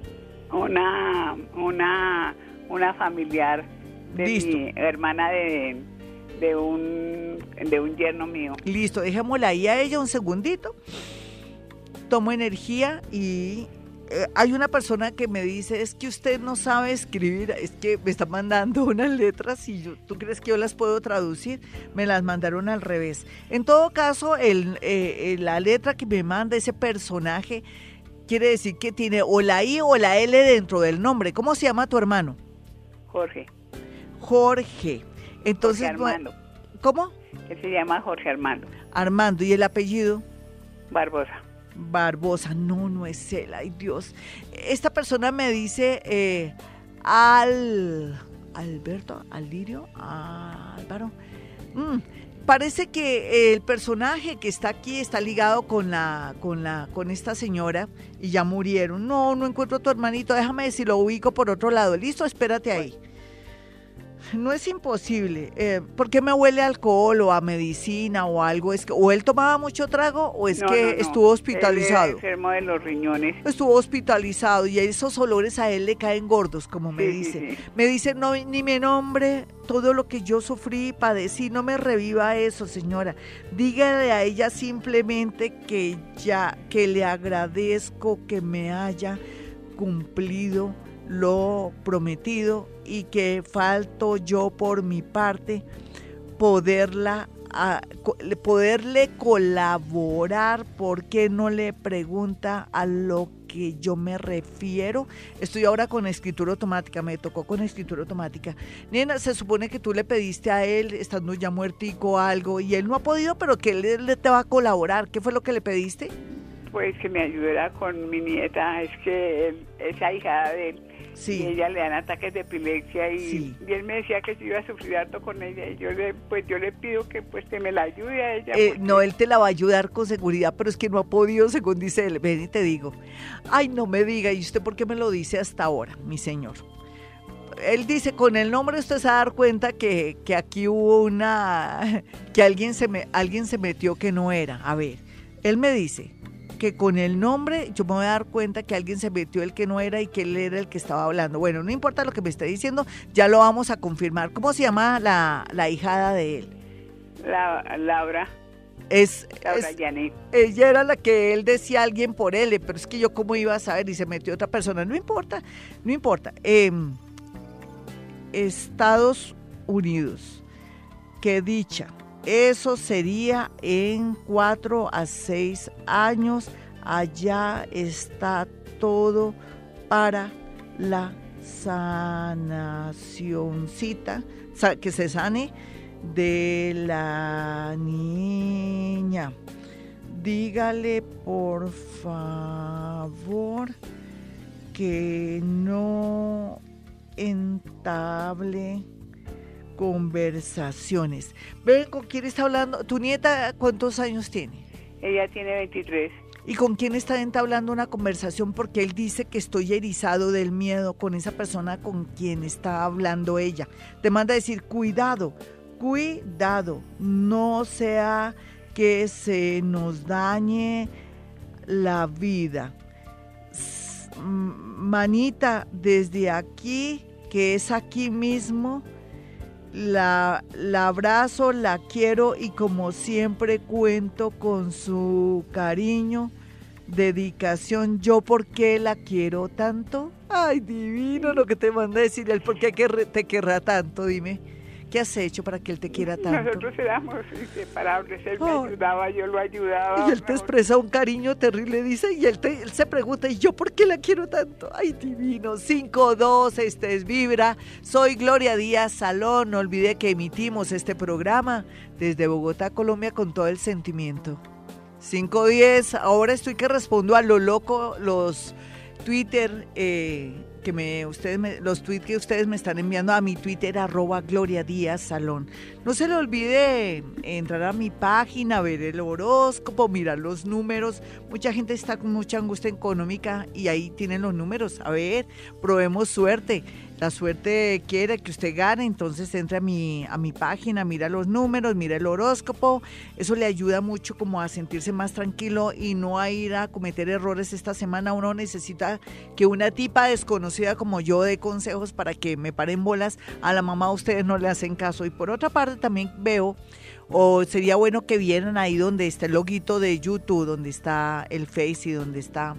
Una, una, una familiar de Listo. mi hermana de, de un, de un yerno mío. Listo, dejémosla ahí a ella un segundito. Tomo energía y eh, hay una persona que me dice, es que usted no sabe escribir, es que me está mandando unas letras y yo, ¿tú crees que yo las puedo traducir? Me las mandaron al revés. En todo caso, el, eh, eh, la letra que me manda ese personaje quiere decir que tiene o la I o la L dentro del nombre. ¿Cómo se llama tu hermano? Jorge. Jorge. Entonces, Jorge Armando. ¿cómo? Él se llama Jorge Armando Armando. ¿Y el apellido? Barbosa. Barbosa, no, no es él, ay Dios. Esta persona me dice, eh, Al, Alberto, Alirio, Álvaro, mm, parece que el personaje que está aquí está ligado con la, con la, con esta señora y ya murieron. No, no encuentro a tu hermanito, déjame ver si lo ubico por otro lado. Listo, espérate ahí. no es imposible. Eh, ¿Por qué me huele a alcohol o a medicina o algo? ¿Es que, o él tomaba mucho trago o es No, que no, no. estuvo hospitalizado? Él es enfermo de los riñones. Estuvo hospitalizado y esos olores a él le caen gordos, como me Sí, dice. sí, sí. Me dice, no, ni me nombre todo lo que yo sufrí, padecí, no me reviva eso, señora. Dígale a ella simplemente que ya, que le agradezco que me haya cumplido lo prometido y que falto yo por mi parte poderla a, poderle colaborar. ¿Por qué no le pregunta a lo que yo me refiero? Estoy ahora con escritura automática, me tocó con escritura automática. Nena, se supone que tú le pediste a él, estando ya muertico, algo, y él no ha podido, pero que él, él te va a colaborar. ¿Qué fue lo que le pediste? Pues que me ayudara con mi nieta, es que él, esa hija de él, Sí. y ella le dan ataques de epilepsia y, Sí. y él me decía que yo iba a sufrir harto con ella y yo le, pues yo le pido que pues que me la ayude a ella. Eh, porque- no, él te la va a ayudar con seguridad, pero es que no ha podido, según dice él. Ven y te digo. Ay, no me diga, ¿y usted por qué me lo dice hasta ahora, mi señor? Él dice, con el nombre usted se va a dar cuenta que, que aquí hubo una, que alguien se, me, alguien se metió que no era. A ver, él me dice que con el nombre yo me voy a dar cuenta que alguien se metió el que no era y que él era el que estaba hablando. Bueno, no importa lo que me esté diciendo, ya lo vamos a confirmar. ¿Cómo se llama la, la hijada de él? La, Laura, Es, Laura es- Janet. ella era la que él decía a alguien por él, pero es que yo cómo iba a saber y se metió otra persona. No importa, no importa. Eh, Estados Unidos, qué dicha. Eso sería en cuatro a seis años. Allá está todo para la sanacioncita, sa- que se sane de la niña. Dígale por favor que no entable conversaciones. Ven, ¿con quién está hablando? ¿Tu nieta cuántos años tiene? Ella tiene veintitrés. ¿Y con quién está entablando una conversación? Porque él dice que estoy erizado del miedo con esa persona con quien está hablando ella. Te manda a decir, cuidado, cuidado, no sea que se nos dañe la vida. S- Manita, desde aquí, que es aquí mismo, La, la abrazo, la quiero y como siempre cuento con su cariño, dedicación. ¿Yo por qué la quiero tanto? Ay, divino lo que te manda a decir él. ¿Por qué querr- te querrá tanto? Dime, ¿qué has hecho para que él te quiera tanto? Nosotros éramos inseparables, él me Oh. ayudaba, yo lo ayudaba. Y él te mejor. expresa un cariño terrible, dice, y él, te, él se pregunta, ¿y yo por qué la quiero tanto? Ay, divino, cinco dos, este es Vibra, soy Gloria Díaz Salón, no olvide que emitimos este programa desde Bogotá, Colombia, con todo el sentimiento. cinco diez, ahora estoy que respondo a lo loco, los Twitter, eh, que me, ustedes me, los tweets que ustedes me están enviando a mi Twitter, arroba Gloria Díaz Salón. No se le olvide entrar a mi página, ver el horóscopo, mirar los números. Mucha gente está con mucha angustia económica y ahí tienen los números. A ver, probemos suerte. La suerte quiere que usted gane, entonces entra a mi, a mi página, mira los números, mira el horóscopo. Eso le ayuda mucho como a sentirse más tranquilo y no a ir a cometer errores esta semana. Uno necesita que una tipa desconocida como yo dé consejos para que me paren bolas. A la mamá ustedes no le hacen caso. Y por otra parte también veo, o sería bueno que vieran ahí donde está el loguito de YouTube, donde está el Face y donde está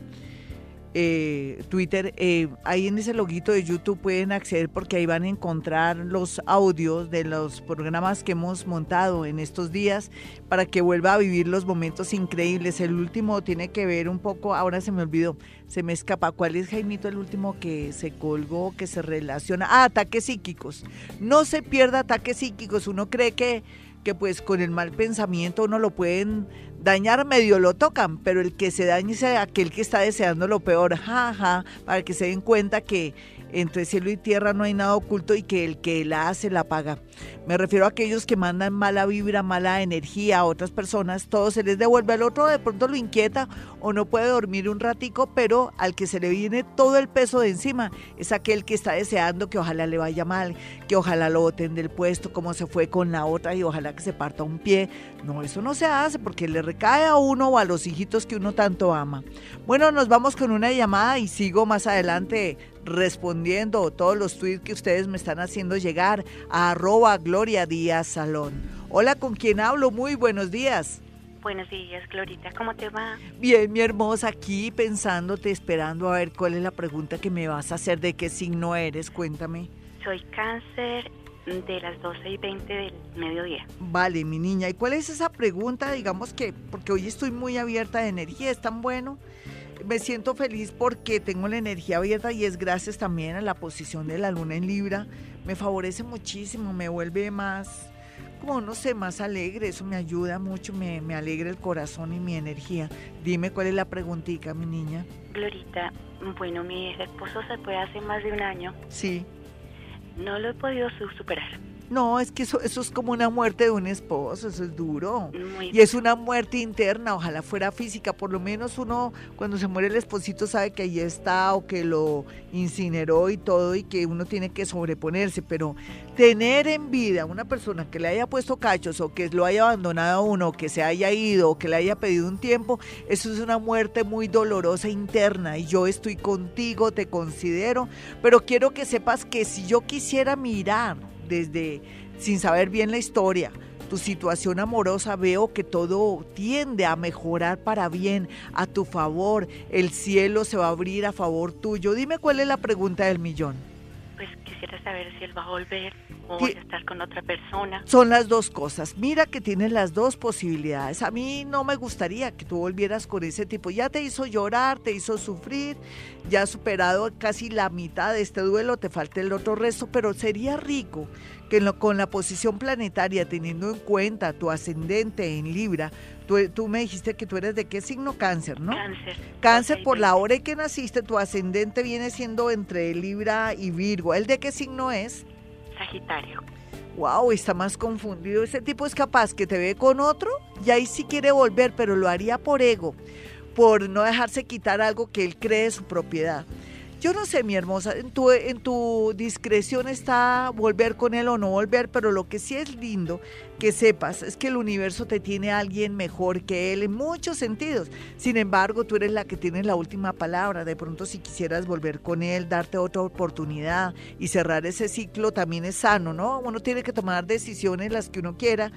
Eh, Twitter, eh, ahí en ese loguito de YouTube pueden acceder porque ahí van a encontrar los audios de los programas que hemos montado en estos días para que vuelva a vivir los momentos increíbles. El último tiene que ver un poco, ahora se me olvidó, se me escapa, ¿cuál es, Jaimito, el último que se colgó, que se relaciona? Ah, ataques psíquicos. No se pierda ataques psíquicos, uno cree que que pues con el mal pensamiento uno lo pueden dañar, medio lo tocan, pero el que se dañe es aquel que está deseando lo peor, jaja, ja, para que se den cuenta que entre cielo y tierra no hay nada oculto y que el que la hace la paga. Me refiero a aquellos que mandan mala vibra, mala energía a otras personas, todo se les devuelve. Al otro de pronto lo inquieta o no puede dormir un ratico, pero al que se le viene todo el peso de encima es aquel que está deseando que ojalá le vaya mal, que ojalá lo boten del puesto como se fue con la otra y ojalá que se parta un pie. No, eso no se hace porque le recae a uno o a los hijitos que uno tanto ama. Bueno, nos vamos con una llamada y sigo más adelante respondiendo todos los tweets que ustedes me están haciendo llegar a arroba Gloria Díaz Salón. Hola, ¿con quién hablo? Muy buenos días. Buenos días, Glorita, ¿cómo te va? Bien, mi hermosa, aquí pensándote, esperando a ver cuál es la pregunta que me vas a hacer, de qué signo eres, cuéntame. Soy Cáncer, de las doce y veinte del mediodía. Vale, mi niña, ¿y cuál es esa pregunta? Digamos que, porque hoy estoy muy abierta de energía, es tan bueno. Me siento feliz porque tengo la energía abierta y es gracias también a la posición de la luna en Libra. Me favorece muchísimo, me vuelve más, como no sé, más alegre. Eso me ayuda mucho, me, me alegra el corazón y mi energía. Dime cuál es la preguntita, mi niña. Glorita, bueno, mi esposo se fue hace más de un año. Sí. No lo he podido superar. No, es que eso, eso es como una muerte de un esposo, eso es duro. Muy y es una muerte interna, ojalá fuera física, por lo menos uno cuando se muere el esposito sabe que ahí está o que lo incineró y todo y que uno tiene que sobreponerse, pero tener en vida una persona que le haya puesto cachos o que lo haya abandonado a uno, o que se haya ido o que le haya pedido un tiempo, eso es una muerte muy dolorosa interna y yo estoy contigo, te considero, pero quiero que sepas que si yo quisiera mirar desde, sin saber bien la historia, tu situación amorosa, veo que todo tiende a mejorar para bien, a tu favor, el cielo se va a abrir a favor tuyo. Dime cuál es la pregunta del millón. Pues quisiera saber si él va a volver o voy a estar con otra persona. Son las dos cosas. Mira que tienes las dos posibilidades. A mí no me gustaría que tú volvieras con ese tipo. Ya te hizo llorar, te hizo sufrir, ya has superado casi la mitad de este duelo, te falta el otro resto, pero sería rico que lo, con la posición planetaria, teniendo en cuenta tu ascendente en Libra, tú, tú me dijiste que tú eres de qué signo, Cáncer, ¿no? Cáncer. Cáncer, por la hora en que naciste, tu ascendente viene siendo entre Libra y Virgo. ¿El de qué signo es? Sagitario. Wow, está más confundido. Ese tipo es capaz que te ve con otro y ahí sí quiere volver, pero lo haría por ego, por no dejarse quitar algo que él cree su propiedad. Yo no sé, mi hermosa, en tu, en tu discreción está volver con él o no volver, pero lo que sí es lindo que sepas es que el universo te tiene a alguien mejor que él en muchos sentidos. Sin embargo, tú eres la que tiene la última palabra. De pronto, si quisieras volver con él, darte otra oportunidad y cerrar ese ciclo, también es sano, ¿no? Uno tiene que tomar decisiones las que uno quiera,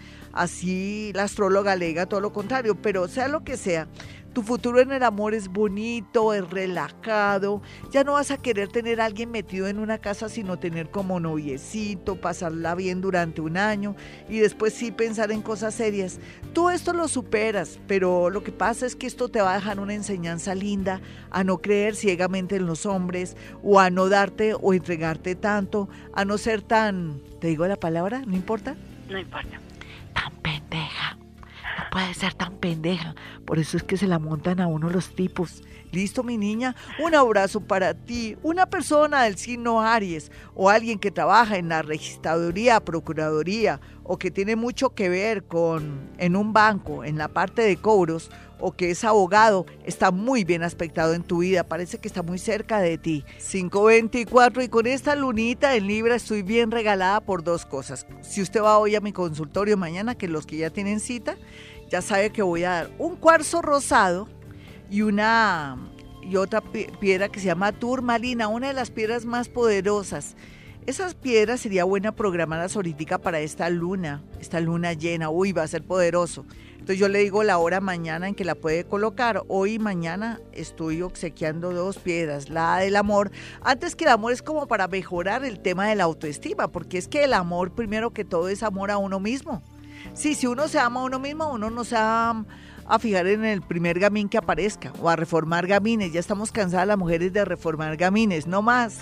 así la astróloga alega todo lo contrario, pero sea lo que sea, tu futuro en el amor es bonito, es relajado, ya no vas a querer tener a alguien metido en una casa, sino tener como noviecito, pasarla bien durante un año y después sí pensar en cosas serias. Tú esto lo superas, pero lo que pasa es que esto te va a dejar una enseñanza linda a no creer ciegamente en los hombres o a no darte o entregarte tanto, a no ser tan, ¿te digo la palabra? ¿No importa? No importa. Tan pendeja. No puede ser tan pendeja, por eso es que se la montan a uno los tipos. Listo, mi niña, un abrazo para ti. Una persona del signo Aries o alguien que trabaja en la registraduría, procuraduría o que tiene mucho que ver con en un banco, en la parte de cobros o que es abogado, está muy bien aspectado en tu vida, parece que está muy cerca de ti. cinco veinticuatro y con esta lunita en Libra estoy bien regalada por dos cosas. Si usted va hoy a mi consultorio mañana, que los que ya tienen cita, ya sabe que voy a dar un cuarzo rosado y una y otra piedra que se llama turmalina, una de las piedras más poderosas. Esas piedras sería buena programarlas ahorita para esta luna, esta luna llena. Uy, va a ser poderoso. Entonces yo le digo la hora mañana en que la puede colocar. Hoy y mañana estoy obsequiando dos piedras. La del amor. Antes que el amor es como para mejorar el tema de la autoestima, porque es que el amor primero que todo es amor a uno mismo. Sí, si uno se ama a uno mismo, uno no se va a fijar en el primer gamín que aparezca o a reformar gamines. Ya estamos cansadas las mujeres de reformar gamines, no más.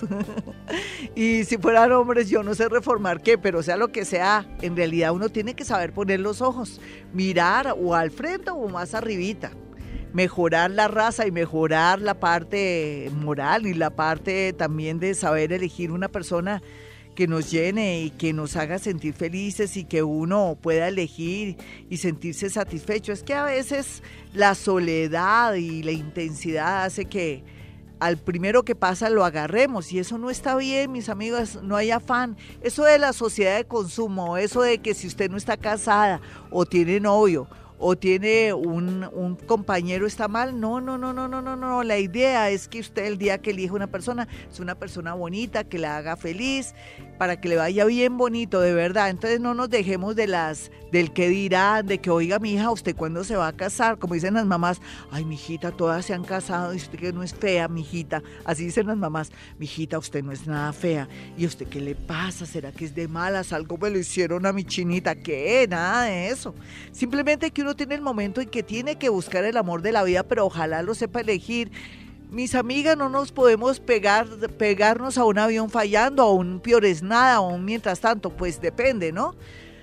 Y si fueran hombres, yo no sé reformar qué, pero sea lo que sea, en realidad uno tiene que saber poner los ojos, mirar o al frente o más arribita. mejorar la raza y mejorar la parte moral y la parte también de saber elegir una persona que nos llene y que nos haga sentir felices y que uno pueda elegir y sentirse satisfecho. Es que a veces la soledad y la intensidad hace que al primero que pasa lo agarremos y eso no está bien, mis amigos, no hay afán. Eso de la sociedad de consumo, eso de que si usted no está casada o tiene novio o tiene un, un compañero está mal, no, no, no, no, no, no, no, la idea es que usted el día que elija una persona, es una persona bonita, que la haga feliz, para que le vaya bien bonito, de verdad. Entonces no nos dejemos de las, del que dirán, de que oiga mi hija, ¿usted cuándo se va a casar? Como dicen las mamás, ay mi hijita, todas se han casado y usted que no es fea, mi hijita, así dicen las mamás, mi hijita, usted no es nada fea, ¿y a usted qué le pasa? ¿Será que es de malas? Algo me lo hicieron a mi chinita, ¿qué? Nada de eso, simplemente que uno tiene el momento en que tiene que buscar el amor de la vida, pero ojalá lo sepa elegir. Mis amigas, no nos podemos pegar, pegarnos a un avión fallando, a un piores nada, o un mientras tanto, pues depende, ¿no?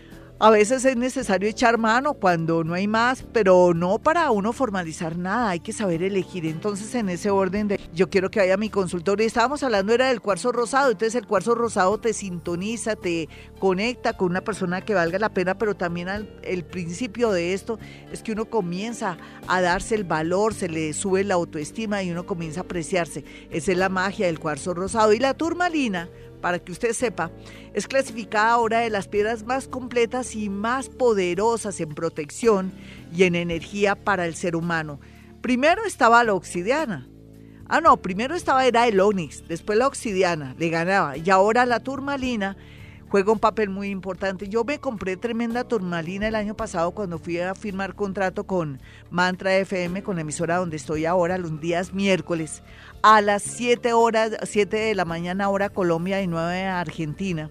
A veces es necesario echar mano cuando no hay más, pero no para uno formalizar nada, hay que saber elegir. Entonces, en ese orden, de, yo quiero que vaya a mi consultorio. Estábamos hablando, era del cuarzo rosado, entonces el cuarzo rosado te sintoniza, te conecta con una persona que valga la pena, pero también al, el principio de esto es que uno comienza a darse el valor, se le sube la autoestima y uno comienza a apreciarse. Esa es la magia del cuarzo rosado. Y la turmalina, para que usted sepa, es clasificada ahora de las piedras más completas y más poderosas en protección y en energía para el ser humano. Primero estaba la obsidiana. Ah, no, primero estaba era el onix, después la obsidiana, le ganaba. Y ahora la turmalina juega un papel muy importante. Yo me compré tremenda turmalina el año pasado cuando fui a firmar contrato con Mantra F M, con la emisora donde estoy ahora, los días miércoles, a las siete horas, siete de la mañana hora Colombia y nueve Argentina.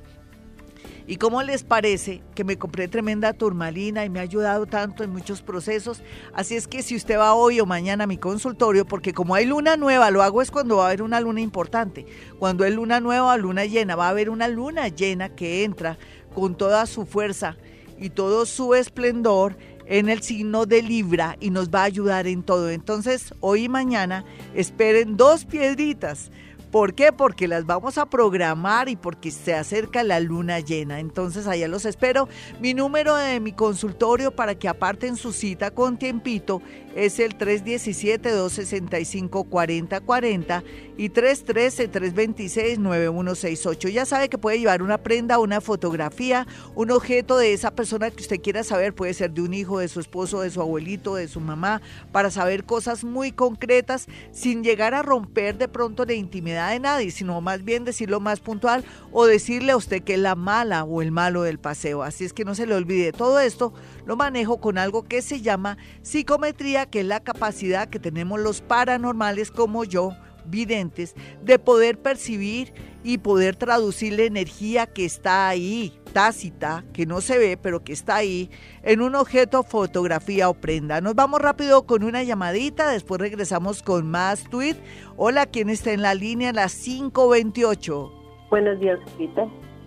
¿Y cómo les parece que me compré tremenda turmalina y me ha ayudado tanto en muchos procesos? Así es que si usted va hoy o mañana a mi consultorio, porque como hay luna nueva, lo hago es cuando va a haber una luna importante. Cuando es luna nueva o luna llena, va a haber una luna llena que entra con toda su fuerza y todo su esplendor en el signo de Libra y nos va a ayudar en todo. Entonces, hoy y mañana esperen dos piedritas. ¿Por qué? Porque las vamos a programar y porque se acerca la luna llena. Entonces allá los espero. Mi número de mi consultorio para que aparten su cita con tiempito es el tres uno siete, dos seis cinco, cuatro cero cuatro cero y tres uno tres, tres dos seis, nueve uno seis ocho. Ya sabe que puede llevar una prenda, una fotografía, un objeto de esa persona que usted quiera saber. Puede ser de un hijo, de su esposo, de su abuelito, de su mamá, para saber cosas muy concretas sin llegar a romper de pronto la intimidad de nadie, sino más bien decirlo más puntual o decirle a usted que es la mala o el malo del paseo. Así es que no se le olvide, todo esto lo manejo con algo que se llama psicometría, que es la capacidad que tenemos los paranormales como yo, videntes, de poder percibir y poder traducir la energía que está ahí, tácita, que no se ve, pero que está ahí, en un objeto, fotografía o prenda. Nos vamos rápido con una llamadita, después regresamos con más tweet. Hola, ¿quién está en la línea? Las cinco veintiocho. Buenos días, Rita.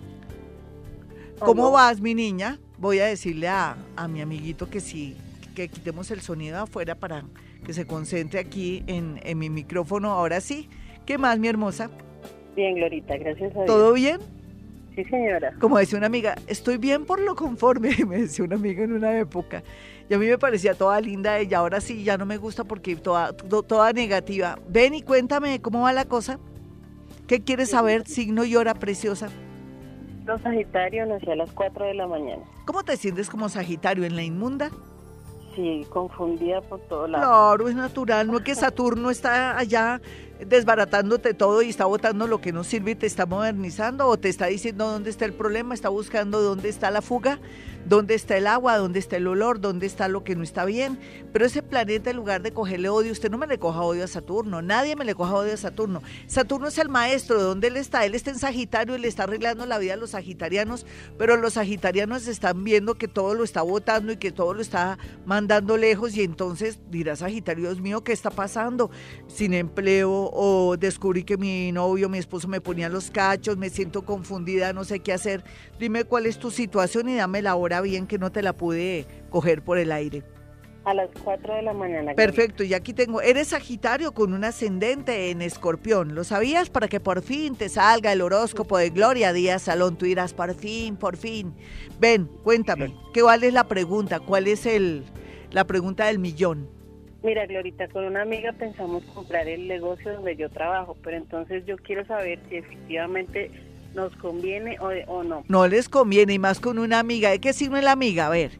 ¿Cómo ¿Aló? vas, mi niña? Voy a decirle a, a mi amiguito que sí, que quitemos el sonido afuera para que se concentre aquí en, en mi micrófono. Ahora sí. ¿Qué más, mi hermosa? Bien, Glorita, gracias a Dios. ¿Todo bien? Sí, señora. Como decía una amiga, estoy bien por lo conforme, me decía una amiga en una época. Y a mí me parecía toda linda ella, ahora sí ya no me gusta porque toda, to, toda negativa. Ven y cuéntame cómo va la cosa. ¿Qué quieres saber, signo y hora preciosa? Los Sagitarios nací a las cuatro de la mañana. ¿Cómo te sientes como Sagitario, en la inmunda? Sí, confundida por todos lados. Claro, es natural, no es que Saturno está allá desbaratándote todo y está botando lo que no sirve y te está modernizando o te está diciendo dónde está el problema, está buscando dónde está la fuga, dónde está el agua, dónde está el olor, dónde está lo que no está bien. Pero ese planeta, en lugar de cogerle odio, usted no me le coja odio a Saturno, nadie me le coja odio a Saturno. Saturno es el maestro, ¿de dónde él está? Él está en Sagitario y le está arreglando la vida a los sagitarianos, pero los sagitarianos están viendo que todo lo está botando y que todo lo está mandando lejos y entonces dirá Sagitario, Dios mío, ¿qué está pasando? Sin empleo, o descubrí que mi novio, mi esposo me ponía los cachos, me siento confundida, no sé qué hacer. Dime cuál es tu situación y dame la hora bien que no te la pude coger por el aire. A las cuatro de la mañana. Perfecto, y aquí tengo, eres Sagitario con un ascendente en Escorpión. ¿Lo sabías? Para que por fin te salga el horóscopo de Gloria Díaz Salón. Tú dirás, por fin, por fin. Ven, cuéntame, ¿qué cuál es la pregunta? ¿Cuál es el la pregunta del millón? Mira, Glorita, con una amiga pensamos comprar el negocio donde yo trabajo, pero entonces yo quiero saber si efectivamente nos conviene o, o no. No les conviene, y más con una amiga. ¿De qué signo es la amiga? A ver.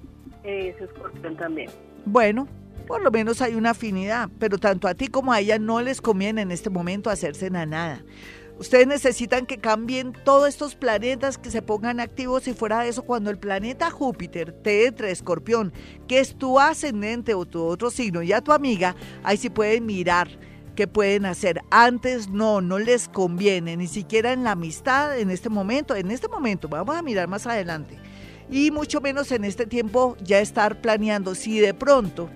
Es Escorpión también. Bueno, por lo menos hay una afinidad, pero tanto a ti como a ella no les conviene en este momento hacerse a nada. Ustedes necesitan que cambien todos estos planetas, que se pongan activos, y fuera de eso, cuando el planeta Júpiter te entre Escorpión, que es tu ascendente o tu otro signo, y a tu amiga, ahí sí pueden mirar qué pueden hacer. Antes no, no les conviene, ni siquiera en la amistad en este momento, en este momento, vamos a mirar más adelante. Y mucho menos en este tiempo ya estar planeando. Si de pronto,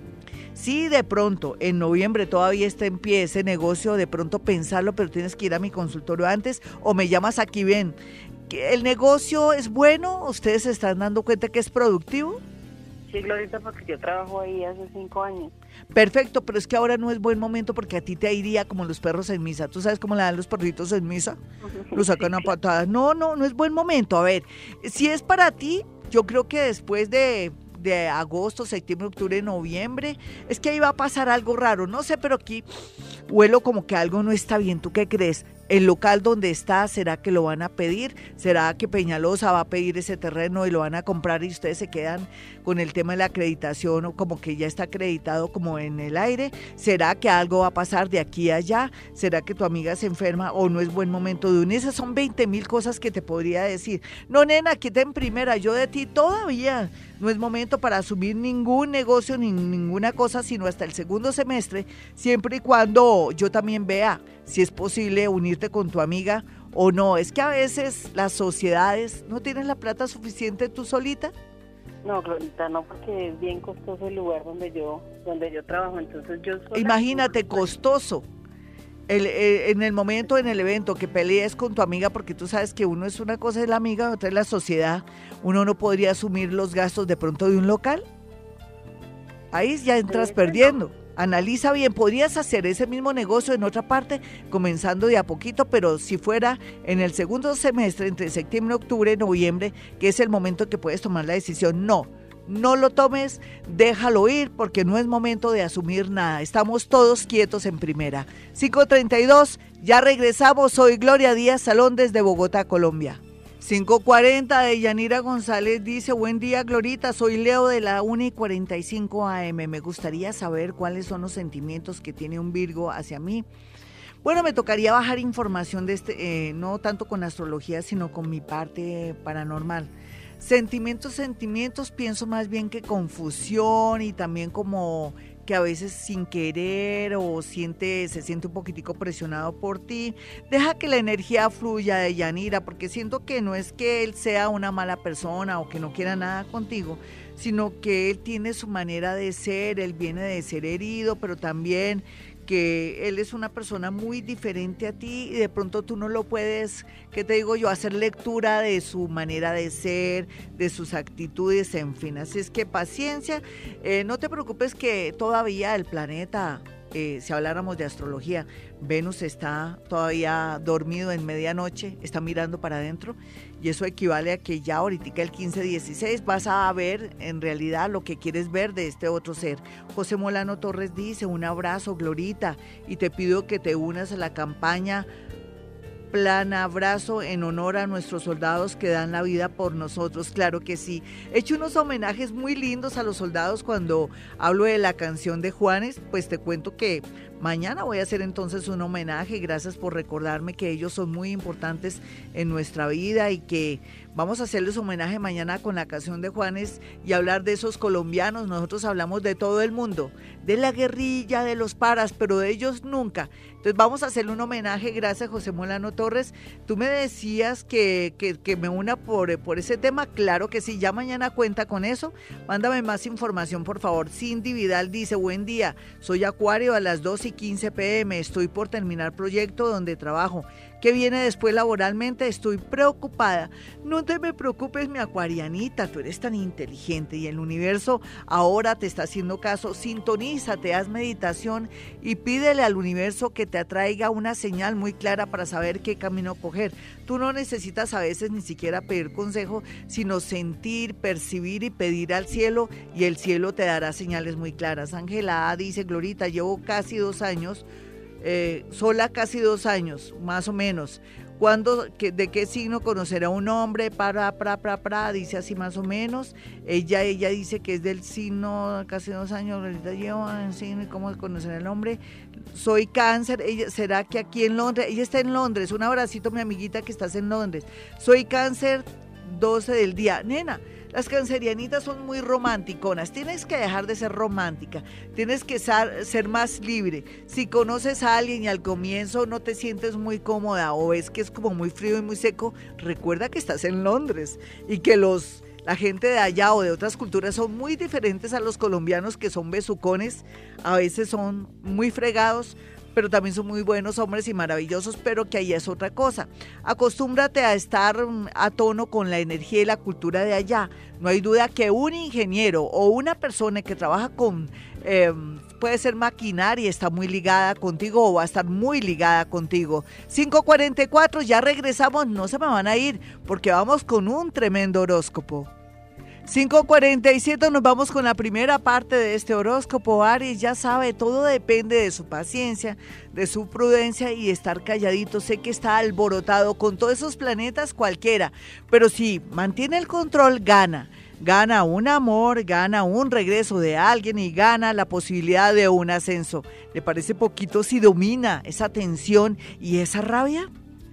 si de pronto en noviembre todavía está en pie ese negocio, de pronto pensarlo, pero tienes que ir a mi consultorio antes o me llamas aquí. Ven, ¿el negocio es bueno? ¿Ustedes se están dando cuenta que es productivo? Sí, Glorita, porque yo trabajo ahí hace cinco años. Perfecto, pero es que ahora no es buen momento porque a ti te iría como los perros en misa. ¿Tú sabes cómo le dan los perritos en misa? Los sacan a patadas. No, no, no es buen momento. A ver, si es para ti, yo creo que después de, de agosto, septiembre, octubre, noviembre, es que ahí va a pasar algo raro. No sé, pero aquí huelo como que algo no está bien. ¿Tú qué crees? ¿El local donde está, será que lo van a pedir? ¿Será que Peñalosa va a pedir ese terreno y lo van a comprar y ustedes se quedan con el tema de la acreditación o como que ya está acreditado como en el aire? ¿Será que algo va a pasar de aquí a allá? ¿Será que tu amiga se enferma o no es buen momento de unirse? Son veinte mil cosas que te podría decir. No, nena, quita en primera, yo de ti todavía no es momento para asumir ningún negocio ni ninguna cosa, sino hasta el segundo semestre, siempre y cuando yo también vea si es posible unirte con tu amiga o no. Es que a veces las sociedades, ¿no tienes la plata suficiente tú solita? No, Glorita, no, porque es bien costoso el lugar donde yo donde yo trabajo, entonces yo sola... Imagínate, costoso. El, el, en el momento, en el evento, que pelees con tu amiga, porque tú sabes que uno es una cosa de la amiga, otra es la sociedad, uno no podría asumir los gastos de pronto de un local. Ahí ya entras perdiendo. Analiza bien, podrías hacer ese mismo negocio en otra parte, comenzando de a poquito, pero si fuera en el segundo semestre, entre septiembre, octubre, noviembre, que es el momento que puedes tomar la decisión. No, no lo tomes, déjalo ir, porque no es momento de asumir nada. Estamos todos quietos en primera. cinco treinta y dos, ya regresamos. Soy Gloria Díaz Salón desde Bogotá, Colombia. cinco cuarenta de Yanira González dice, buen día Glorita, soy Leo de la una y cuarenta y cinco A M, me gustaría saber cuáles son los sentimientos que tiene un Virgo hacia mí. Bueno, me tocaría bajar información de este, eh, no tanto con astrología, sino con mi parte paranormal. Sentimientos, sentimientos, pienso más bien que confusión y también como que a veces sin querer o siente, se siente un poquitico presionado por ti. Deja que la energía fluya de Yanira, porque siento que no es que él sea una mala persona o que no quiera nada contigo, sino que él tiene su manera de ser, él viene de ser herido, pero también que él es una persona muy diferente a ti y de pronto tú no lo puedes, ¿qué te digo yo?, hacer lectura de su manera de ser, de sus actitudes, en fin. Así es que paciencia, eh, no te preocupes que todavía el planeta, eh, si habláramos de astrología, Venus está todavía dormido en medianoche, está mirando para adentro y eso equivale a que ya ahorita el quince dieciséis vas a ver en realidad lo que quieres ver de este otro ser. José Molano Torres dice, un abrazo Glorita y te pido que te unas a la campaña Plan Abrazo en honor a nuestros soldados que dan la vida por nosotros. Claro que sí. He hecho unos homenajes muy lindos a los soldados cuando hablo de la canción de Juanes, pues te cuento que mañana voy a hacer entonces un homenaje. Gracias por recordarme que ellos son muy importantes en nuestra vida y que vamos a hacerles homenaje mañana con la canción de Juanes y hablar de esos colombianos. Nosotros hablamos de todo el mundo, de la guerrilla, de los paras, pero de ellos nunca. Entonces vamos a hacerle un homenaje. Gracias José Molano Torres, tú me decías que, que, que me una por, por ese tema. Claro que sí, ya mañana cuenta con eso. Mándame más información, por favor. Cindy Vidal dice, buen día, soy Acuario a las dos y quince pm, estoy por terminar proyecto donde trabajo. ¿Qué viene después laboralmente? Estoy preocupada. No te me preocupes, mi acuarianita, tú eres tan inteligente y el universo ahora te está haciendo caso. Sintonízate, haz meditación y pídele al universo que te atraiga una señal muy clara para saber qué camino coger. Tú no necesitas a veces ni siquiera pedir consejo, sino sentir, percibir y pedir al cielo, y el cielo te dará señales muy claras. Ángela A. dice, Glorita, llevo casi dos años Eh, sola casi dos años, más o menos. ¿Cuándo, que, de qué signo conocerá un hombre? Para, para, para, para, dice así más o menos. Ella, ella dice que es del signo, casi dos años, ahorita lleva en signo, ¿y cómo conocerá el hombre? Soy Cáncer. Ella, ¿será que aquí en Londres? Ella está en Londres. Un abracito, mi amiguita, que estás en Londres. Soy Cáncer, doce del día. Nena, las cancerianitas son muy romanticonas, tienes que dejar de ser romántica, tienes que ser, ser más libre. Si conoces a alguien y al comienzo no te sientes muy cómoda o ves que es como muy frío y muy seco, recuerda que estás en Londres y que los... la gente de allá o de otras culturas son muy diferentes a los colombianos, que son besucones, a veces son muy fregados, pero también son muy buenos hombres y maravillosos, pero que ahí es otra cosa. Acostúmbrate a estar a tono con la energía y la cultura de allá. No hay duda que un ingeniero o una persona que trabaja con, eh, puede ser maquinaria, está muy ligada contigo o va a estar muy ligada contigo. cinco cuarenta y cuatro, ya regresamos, no se me van a ir, porque vamos con un tremendo horóscopo. cinco cuarenta y siete, nos vamos con la primera parte de este horóscopo. Aries, ya sabe, todo depende de su paciencia, de su prudencia y estar calladito. Sé que está alborotado con todos esos planetas cualquiera, pero si mantiene el control, gana. Gana un amor, gana un regreso de alguien y gana la posibilidad de un ascenso. ¿Le parece poquito si domina esa tensión y esa rabia?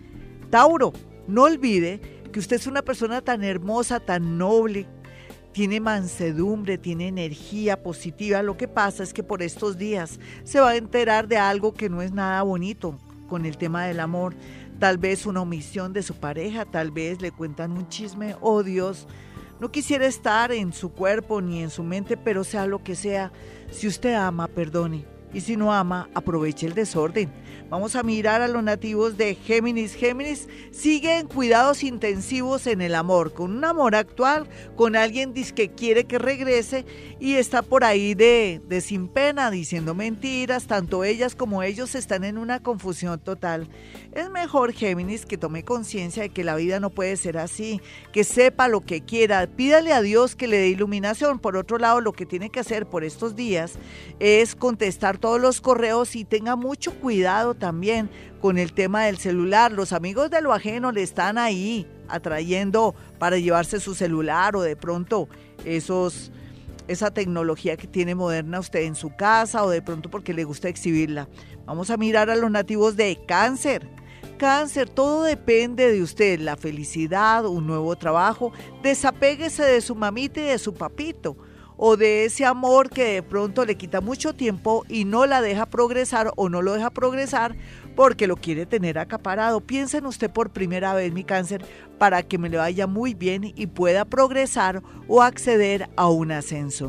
Tauro, no olvide que usted es una persona tan hermosa, tan noble, tiene mansedumbre, tiene energía positiva. Lo que pasa es que por estos días se va a enterar de algo que no es nada bonito con el tema del amor. Tal vez una omisión de su pareja, tal vez le cuentan un chisme. Oh Dios, no quisiera estar en su cuerpo ni en su mente, pero sea lo que sea, si usted ama, perdone. Y si no ama, aproveche el desorden. Vamos a mirar a los nativos de Géminis. Géminis sigue en cuidados intensivos en el amor, con un amor actual, con alguien que quiere que regrese y está por ahí de, de sin pena, diciendo mentiras. Tanto ellas como ellos están en una confusión total. Es mejor, Géminis, que tome conciencia de que la vida no puede ser así, que sepa lo que quiera. Pídale a Dios que le dé iluminación. Por otro lado, lo que tiene que hacer por estos días es contestar todos los correos y tenga mucho cuidado también con el tema del celular. Los amigos de lo ajeno le están ahí atrayendo para llevarse su celular o de pronto esos, esa tecnología que tiene moderna usted en su casa o de pronto porque le gusta exhibirla. Vamos a mirar a los nativos de Cáncer. Cáncer, todo depende de usted, la felicidad, un nuevo trabajo. Desapéguese de su mamita y de su papito, o de ese amor que de pronto le quita mucho tiempo y no la deja progresar o no lo deja progresar porque lo quiere tener acaparado. Piensa en usted por primera vez, mi Cáncer, para que me le vaya muy bien y pueda progresar o acceder a un ascenso.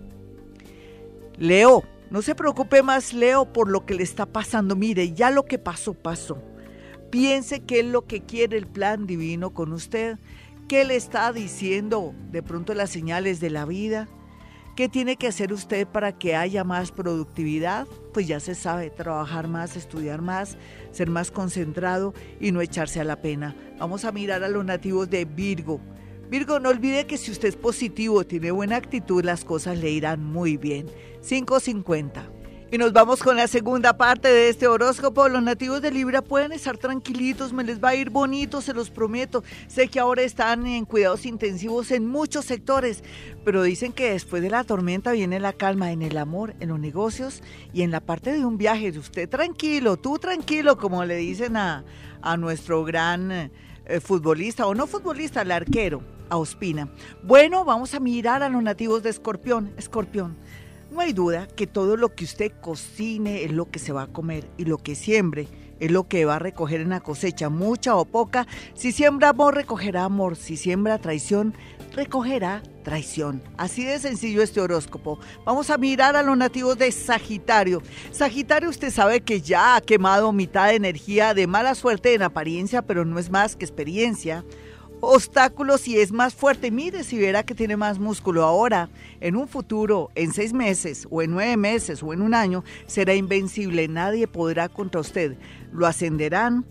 Leo, no se preocupe más, Leo, por lo que le está pasando. Mire, ya lo que pasó, pasó. Piense qué es lo que quiere el plan divino con usted, qué le está diciendo de pronto las señales de la vida. ¿Qué tiene que hacer usted para que haya más productividad? Pues ya se sabe, trabajar más, estudiar más, ser más concentrado y no echarse a la pena. Vamos a mirar a los nativos de Virgo. Virgo, no olvide que si usted es positivo, tiene buena actitud, las cosas le irán muy bien. cinco cincuenta. Y nos vamos con la segunda parte de este horóscopo. Los nativos de Libra pueden estar tranquilitos, me les va a ir bonito, se los prometo. Sé que ahora están en cuidados intensivos en muchos sectores, pero dicen que después de la tormenta viene la calma en el amor, en los negocios y en la parte de un viaje. Usted tranquilo, tú tranquilo, como le dicen a, a nuestro gran eh, futbolista, o no futbolista, el arquero, a Ospina. Bueno, vamos a mirar a los nativos de Escorpión. Escorpión. No hay duda que todo lo que usted cocine es lo que se va a comer y lo que siembre es lo que va a recoger en la cosecha, mucha o poca. Si siembra amor, recogerá amor. Si siembra traición, recogerá traición. Así de sencillo este horóscopo. Vamos a mirar a los nativos de Sagitario. Sagitario, usted sabe que ya ha quemado mitad de energía de mala suerte en apariencia, pero no es más que experiencia. Obstáculos y es más fuerte. Mire si verá que tiene más músculo ahora. En un futuro, en seis meses o en nueve meses o en un año, será invencible. Nadie podrá contra usted. Lo ascenderán,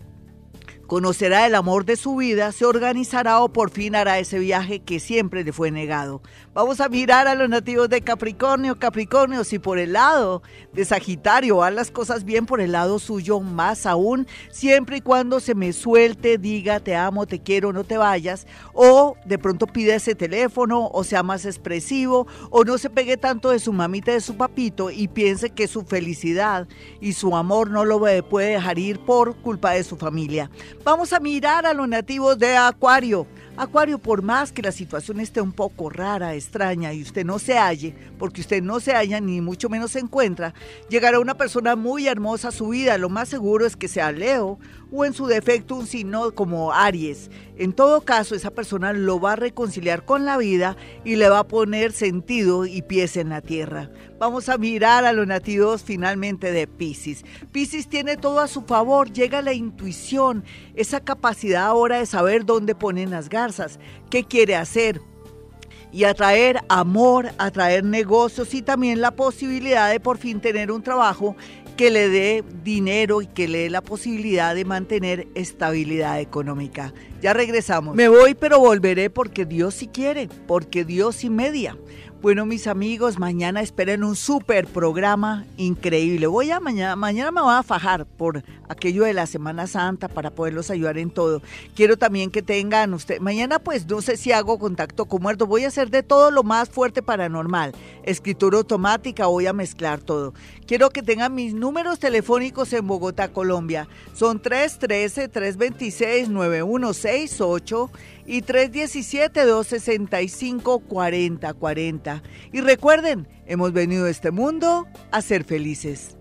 conocerá el amor de su vida, se organizará o por fin hará ese viaje que siempre le fue negado. Vamos a mirar a los nativos de Capricornio. Capricornio, si por el lado de Sagitario van las cosas bien, por el lado suyo más aún, siempre y cuando se me suelte, diga te amo, te quiero, no te vayas, o de pronto pida ese teléfono, o sea más expresivo, o no se pegue tanto de su mamita, de su papito, y piense que su felicidad y su amor no lo puede dejar ir por culpa de su familia. Vamos a mirar a los nativos de Acuario. Acuario, por más que la situación esté un poco rara, extraña y usted no se halle, porque usted no se halla ni mucho menos se encuentra, llegará una persona muy hermosa a su vida. Lo más seguro es que sea Leo o en su defecto un signo como Aries. En todo caso, esa persona lo va a reconciliar con la vida y le va a poner sentido y pies en la tierra. Vamos a mirar a los nativos finalmente de Piscis. Piscis tiene todo a su favor, llega la intuición, esa capacidad ahora de saber dónde ponen las garzas, qué quiere hacer, y atraer amor, atraer negocios y también la posibilidad de por fin tener un trabajo que le dé dinero y que le dé la posibilidad de mantener estabilidad económica. Ya regresamos. Me voy, pero volveré porque Dios sí quiere, porque Dios sí media. Bueno, mis amigos, mañana esperen un súper programa increíble. Voy a mañana, mañana me voy a fajar por aquello de la Semana Santa para poderlos ayudar en todo. Quiero también que tengan ustedes, mañana pues no sé si hago contacto con muertos, voy a hacer de todo lo más fuerte paranormal, escritura automática, voy a mezclar todo. Quiero que tengan mis números telefónicos en Bogotá, Colombia. Son tres uno tres, tres dos seis, nueve uno seis ocho y tres uno siete, dos seis cinco, cuatro cero cuatro cero. Y recuerden, hemos venido a este mundo a ser felices.